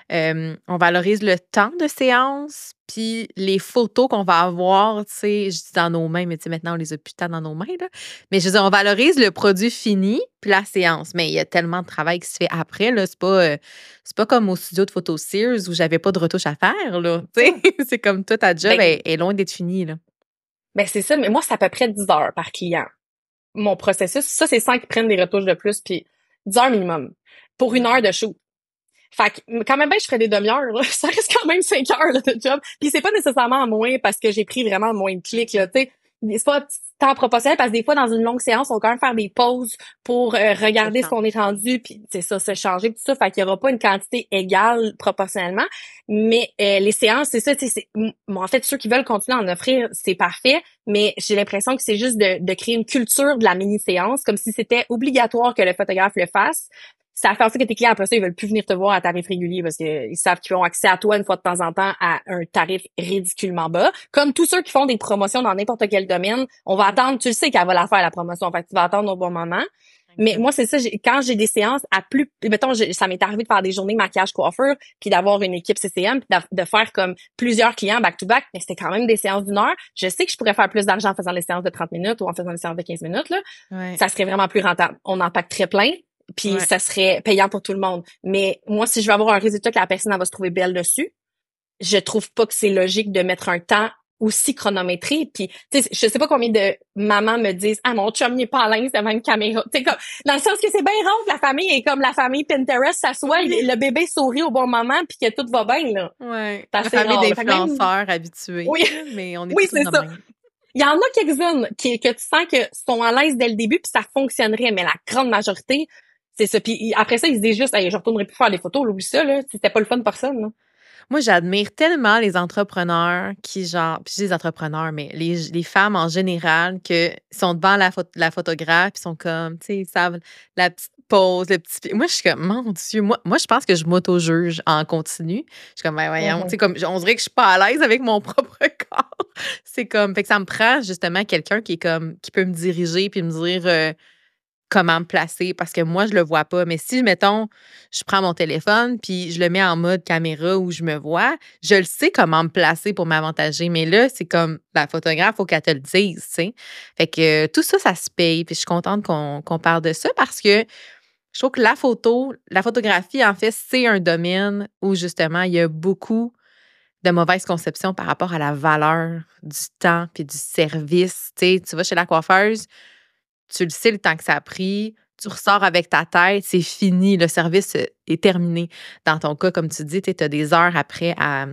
on valorise le temps de séance, puis les photos qu'on va avoir, tu sais, je dis dans nos mains, mais tu sais, maintenant, on les a plus tant dans nos mains, là. Mais je veux dire, on valorise le produit fini puis la séance. Mais il y a tellement de travail qui se fait après, là. C'est pas comme au studio de photo Sears où j'avais pas de retouche à faire, là. Tu sais, c'est comme toi, ta job est loin d'être finie, là. Ben c'est ça, mais moi, c'est à peu près 10 heures par client. Mon processus, ça, c'est 100 qui prennent des retouches de plus, puis 10 heures minimum pour 1 heure de shoot. Fait que quand même, ben, je ferais des demi-heures, là. Ça reste quand même 5 heures là, de job. Puis c'est pas nécessairement moins parce que j'ai pris vraiment moins de clics, là, tu sais. C'est pas tant proportionnel parce que des fois, dans une longue séance, on va quand même faire des pauses pour regarder ce qu'on est rendu, puis c'est ça, se changer, tout ça. Fait qu'il y aura pas une quantité égale proportionnellement. Mais les séances, c'est ça, tu sais, en fait, ceux qui veulent continuer à en offrir, c'est parfait, mais j'ai l'impression que c'est juste de créer une culture de la mini-séance, comme si c'était obligatoire que le photographe le fasse. Ça fait en sorte que tes clients, après ça, ils veulent plus venir te voir à tarif régulier parce qu'ils savent qu'ils ont accès à toi une fois de temps en temps à un tarif ridiculement bas. Comme tous ceux qui font des promotions dans n'importe quel domaine, on va attendre, tu le sais qu'elle va la faire, la promotion. Fait que tu vas attendre au bon moment. Mais moi, c'est ça, quand j'ai des séances à plus, mettons, ça m'est arrivé de faire des journées maquillage coiffure, puis d'avoir une équipe CCM, puis de faire comme plusieurs clients back-to-back, mais c'était quand même des séances d'1 heure. Je sais que je pourrais faire plus d'argent en faisant les séances de 30 minutes ou en faisant les séances de 15 minutes, là. Ouais. Ça serait vraiment plus rentable. On en pack très plein. Puis ça serait payant pour tout le monde. Mais moi, si je veux avoir un résultat que la personne elle va se trouver belle dessus, je trouve pas que c'est logique de mettre un temps aussi chronométré. Puis, tu sais, je sais pas combien de mamans me disent « Ah, mon chum, il est pas à l'aise devant une caméra. » Tu sais, comme, dans le sens que c'est bien rare que la famille est comme la famille Pinterest s'assoit, le bébé sourit au bon moment puis que tout va bien, là. Ouais. La famille d'influenceurs habitués. Oui. Mais on est oui, c'est ça. Même. Il y en a quelques-unes que tu sens que sont à l'aise dès le début puis ça fonctionnerait, mais la grande majorité, c'est ça. Puis après ça, ils se disent juste hey, « Je retournerai plus faire des photos, oublie ça, là. » C'était pas le fun de personne, là. Moi, j'admire tellement les entrepreneurs qui, genre, puis je dis les entrepreneurs, mais les femmes en général, qui sont devant la photographe, puis sont comme, tu sais, ils savent la petite pose, le petit. Moi, je suis comme, mon Dieu, moi, je pense que je m'auto-juge en continu. Je suis comme, ben voyons, tu sais, comme, on dirait que je suis pas à l'aise avec mon propre corps. C'est comme, fait que ça me prend justement quelqu'un qui est comme, qui peut me diriger, puis me dire, comment me placer parce que moi, je le vois pas. Mais si, mettons, je prends mon téléphone puis je le mets en mode caméra où je me vois, je le sais comment me placer pour m'avantager. Mais là, c'est comme la photographe, il faut qu'elle te le dise, tu sais. Fait que tout ça, ça se paye. Puis je suis contente qu'on parle de ça parce que je trouve que la photographie, en fait, c'est un domaine où justement, il y a beaucoup de mauvaises conceptions par rapport à la valeur du temps puis du service. Tu sais, tu vas chez la coiffeuse, tu le sais le temps que ça a pris, tu ressors avec ta tête, c'est fini, le service est terminé. Dans ton cas, comme tu dis, tu as des heures après à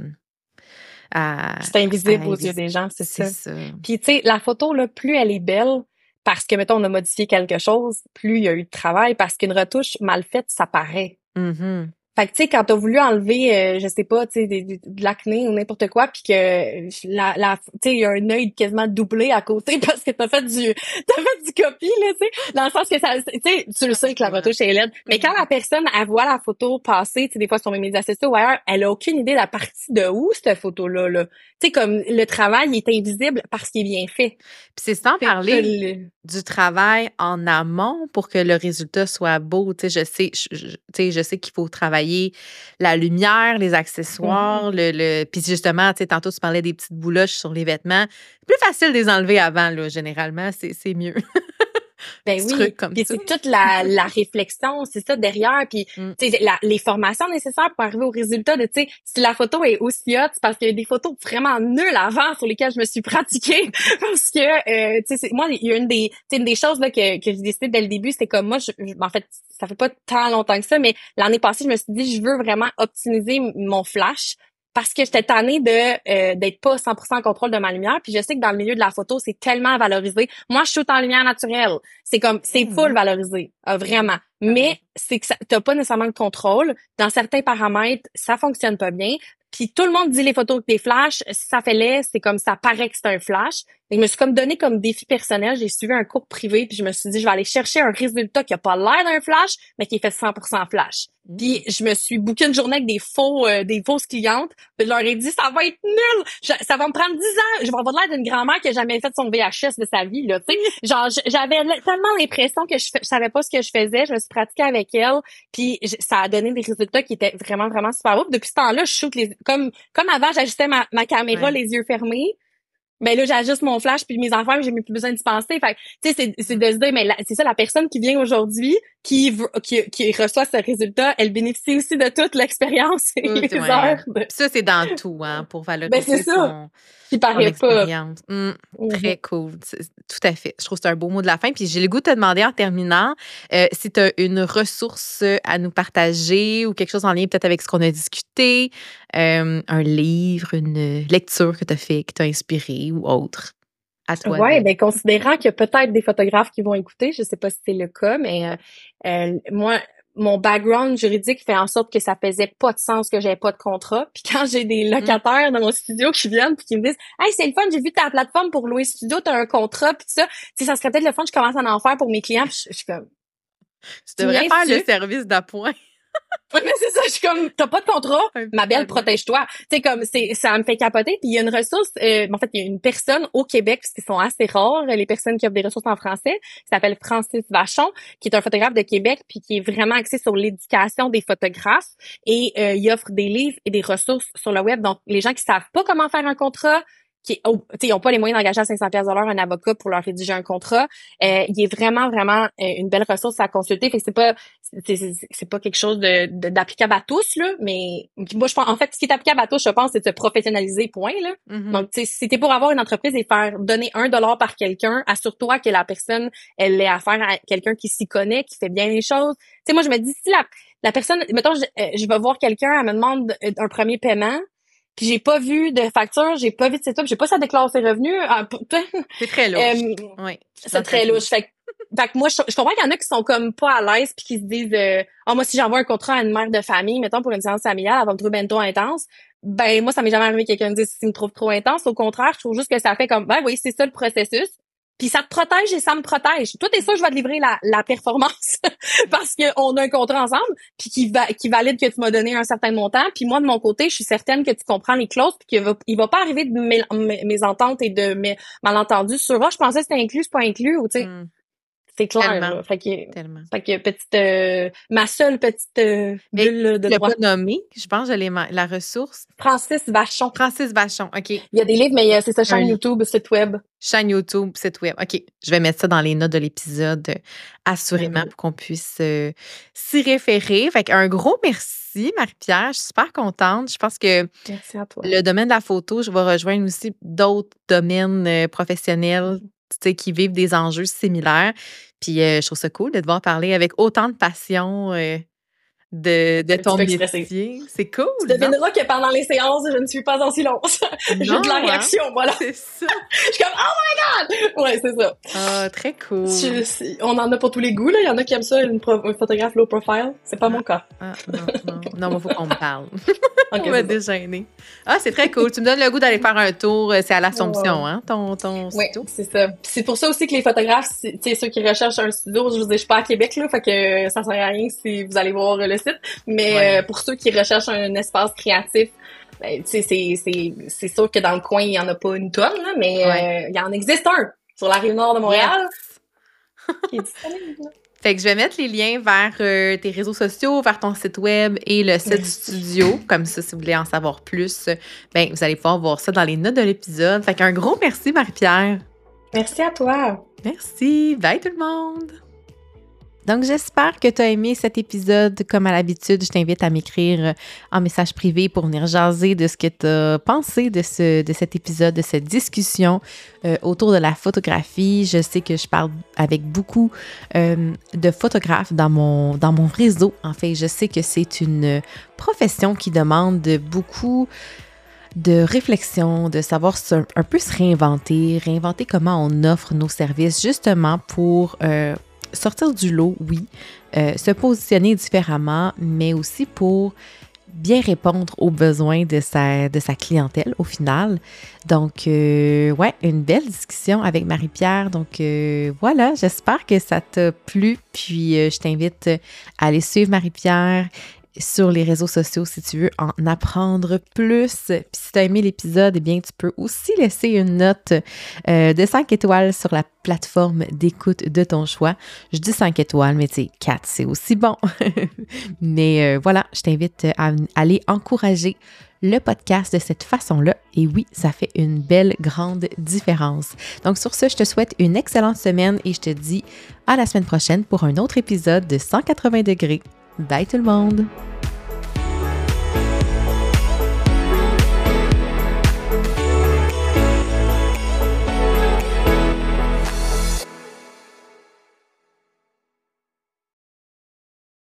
c'est invisible aux yeux des gens, c'est ça. Puis tu sais, la photo, là, plus elle est belle, parce que, mettons, on a modifié quelque chose, plus il y a eu de travail, parce qu'une retouche mal faite, ça paraît. Mm-hmm. Fait que, tu sais, quand t'as voulu enlever, je sais pas, tu sais, de l'acné ou n'importe quoi, puis que tu sais, il y a un œil quasiment doublé à côté parce que t'as fait du copie, là, tu sais, dans le sens que ça, tu sais, tu le sais que la retouche est laide. Mais quand la personne, elle voit la photo passer, tu sais, des fois sur mes médias sociaux ou ailleurs, elle a aucune idée de la partie de où cette photo-là, là. Tu sais, comme le travail, il est invisible parce qu'il est bien fait. Puis c'est sans parler du travail en amont pour que le résultat soit beau. Tu sais, je sais qu'il faut travailler la lumière, les accessoires, puis justement, tu sais, tantôt tu parlais des petites bouloches sur les vêtements. C'est plus facile de les enlever avant, là, généralement, c'est mieux. Ben oui, puis c'est toute la réflexion, c'est ça derrière, puis tu sais les formations nécessaires pour arriver au résultat de, tu sais, si la photo est aussi haute, c'est parce qu'il y a des photos vraiment nulles avant sur lesquelles je me suis pratiquée parce que tu sais moi il y a une des choses là que j'ai décidé dès le début, c'est comme moi en fait ça fait pas tant longtemps que ça, mais l'année passée je me suis dit je veux vraiment optimiser mon flash. Parce que j'étais tannée d'être pas 100% en contrôle de ma lumière, puis je sais que dans le milieu de la photo, c'est tellement valorisé. Moi, je shoot en lumière naturelle. C'est comme, c'est full valorisé, vraiment. Mais c'est que t'as pas nécessairement le contrôle. Dans certains paramètres, ça fonctionne pas bien. Puis tout le monde dit les photos avec des flashs, si ça fait laid, c'est comme ça paraît que c'est un flash. Et je me suis comme donné comme défi personnel, j'ai suivi un cours privé, puis je me suis dit, je vais aller chercher un résultat qui a pas l'air d'un flash, mais qui est fait 100% flash. Puis je me suis booké une journée avec des fausses clientes. Puis je leur ai dit, ça va être nul! Ça va me prendre 10 ans! Je vais avoir l'air d'une grand-mère qui a jamais fait son VHS de sa vie, là, tu sais. Genre, j'avais tellement l'impression que je savais pas ce que je faisais. Je me suis pratiquée avec elle. Puis ça a donné des résultats qui étaient vraiment, vraiment super beaux. Depuis ce temps-là, je shoot comme avant, j'ajustais ma caméra les yeux fermés. Ben là, j'ajuste mon flash puis mes enfants, j'ai même plus besoin d'y penser. Fait tu sais, c'est de se dire, mais c'est ça, la personne qui vient aujourd'hui, qui reçoit ce résultat, elle bénéficie aussi de toute l'expérience et les heures. Ça, c'est dans tout, hein, pour valoriser son expérience. Très cool. Tout à fait. Je trouve que c'est un beau mot de la fin. Puis j'ai le goût de te demander en terminant si tu as une ressource à nous partager ou quelque chose en lien peut-être avec ce qu'on a discuté, un livre, une lecture que tu as fait, qui t'a inspiré ou autre. À toi. Ouais, ben considérant qu'il y a peut-être des photographes qui vont écouter, je sais pas si c'est le cas, mais moi, mon background juridique fait en sorte que ça faisait pas de sens que j'avais pas de contrat. Puis quand j'ai des locataires dans mon studio qui viennent puis qui me disent « Hey, c'est le fun, j'ai vu ta plateforme pour louer studio, t'as un contrat, puis ça, tu sais, ça serait peut-être le fun, je commence à en faire pour mes clients. » Puis je suis comme... Tu devrais faire le service d'appoint. Oui, mais c'est ça, je suis comme, t'as pas de contrat, ma belle, protège-toi. Tu sais, comme, ça me fait capoter. Puis il y a une ressource, en fait, il y a une personne au Québec, parce qu'ils sont assez rares, les personnes qui offrent des ressources en français, qui s'appelle Francis Vachon, qui est un photographe de Québec, puis qui est vraiment axé sur l'éducation des photographes. Et il offre des livres et des ressources sur le web. Donc, les gens qui savent pas comment faire un contrat, ils ont pas les moyens d'engager à 500$ un avocat pour leur rédiger un contrat. Il est vraiment, vraiment une belle ressource à consulter. Fait que c'est pas quelque chose d'applicable à tous, là, mais moi, je pense, en fait, ce qui est applicable à tous, je pense, c'est de se professionnaliser, point, là. Donc, tu sais, si t'es pour avoir une entreprise et faire donner $1 par quelqu'un, assure-toi que la personne, elle ait affaire à quelqu'un qui s'y connaît, qui fait bien les choses. Tu sais, moi, je me dis, si la personne, mettons, je vais voir quelqu'un, elle me demande un premier paiement, puis j'ai pas vu de facture, j'ai pas vu de setup, j'ai pas sa déclaration ses revenus. C'est très louche. Oui. C'est très louche. Fait que moi, je comprends qu'il y en a qui sont comme pas à l'aise puis qui se disent moi, si j'envoie un contrat à une mère de famille, mettons, pour une séance familiale, elle va me trouver ben trop intense. Ben, moi, ça m'est jamais arrivé que quelqu'un me dise s'il me trouve trop intense. Au contraire, je trouve juste que ça fait comme, ben oui, c'est ça le processus. Puis ça te protège et ça me protège. Toi, t'es sûr que je vais te livrer la performance parce qu'on a un contrat ensemble puis qui valide que tu m'as donné un certain montant. Puis moi, de mon côté, je suis certaine que tu comprends les clauses puis qu'il va pas arriver de mésententes et de malentendus sur je pensais que c'était inclus, c'est pas inclus ou tu sais. C'est clair. Là. Fait que petite ma seule petite bulle de droit. Tu l'as pas nommé, je pense que la ressource. Francis Vachon. Francis Vachon, OK. Il y a des livres, mais c'est ça, chaîne YouTube, site web. Chaîne YouTube, site web. OK. Je vais mettre ça dans les notes de l'épisode, assurément, pour qu'on puisse s'y référer. Fait qu'un gros merci, Marie-Pierre. Je suis super contente. Je pense que merci à toi. Le domaine de la photo, je vais rejoindre aussi d'autres domaines professionnels qui vivent des enjeux similaires. Puis je trouve ça cool de devoir parler avec autant de passion de ton métier. C'est cool. Tu devineras que pendant les séances, je ne suis pas en silence. J'ai de la réaction, voilà. C'est ça. Je suis comme, oh my God! Ouais, c'est ça. Ah, très cool. On en a pour tous les goûts, là. Il y en a qui aiment ça, un photographe low profile. C'est pas mon cas. Non, il faut qu'on me parle. Okay, on va déjeuner. Ah, c'est très cool. Tu me donnes le goût d'aller faire un tour. C'est à l'Assomption, hein, ton studio? Oui, c'est ça. C'est pour ça aussi que les photographes, tu sais, ceux qui recherchent un studio, je vous dis, je suis pas à Québec, là, fait que ça sert à rien si vous allez voir le site. Mais pour ceux qui recherchent un espace créatif, ben, c'est sûr que dans le coin, il y en a pas une tonne, là, mais il y en existe un sur la rive nord de Montréal qui est disponible. Fait que je vais mettre les liens vers tes réseaux sociaux, vers ton site web et le site du studio. Comme ça, si vous voulez en savoir plus, ben vous allez pouvoir voir ça dans les notes de l'épisode. Fait qu'un gros merci, Marie-Pierre. Merci à toi. Merci. Bye tout le monde. Donc, j'espère que tu as aimé cet épisode. Comme à l'habitude, je t'invite à m'écrire en message privé pour venir jaser de ce que tu as pensé de cet épisode, de cette discussion autour de la photographie. Je sais que je parle avec beaucoup de photographes dans mon réseau. En fait, je sais que c'est une profession qui demande beaucoup de réflexion, de savoir un peu se réinventer comment on offre nos services justement pour sortir du lot, oui, se positionner différemment, mais aussi pour bien répondre aux besoins de sa clientèle au final. Donc, ouais, une belle discussion avec Marie-Pierre. Donc, voilà, j'espère que ça t'a plu. Puis, je t'invite à aller suivre Marie-Pierre sur les réseaux sociaux si tu veux en apprendre plus. Puis si tu as aimé l'épisode, eh bien, tu peux aussi laisser une note de 5 étoiles sur la plateforme d'écoute de ton choix. Je dis 5 étoiles, mais tu sais, 4, c'est aussi bon. Mais voilà, je t'invite à aller encourager le podcast de cette façon-là. Et oui, ça fait une belle, grande différence. Donc sur ce, je te souhaite une excellente semaine et je te dis à la semaine prochaine pour un autre épisode de 180 degrés. Bye tout le monde!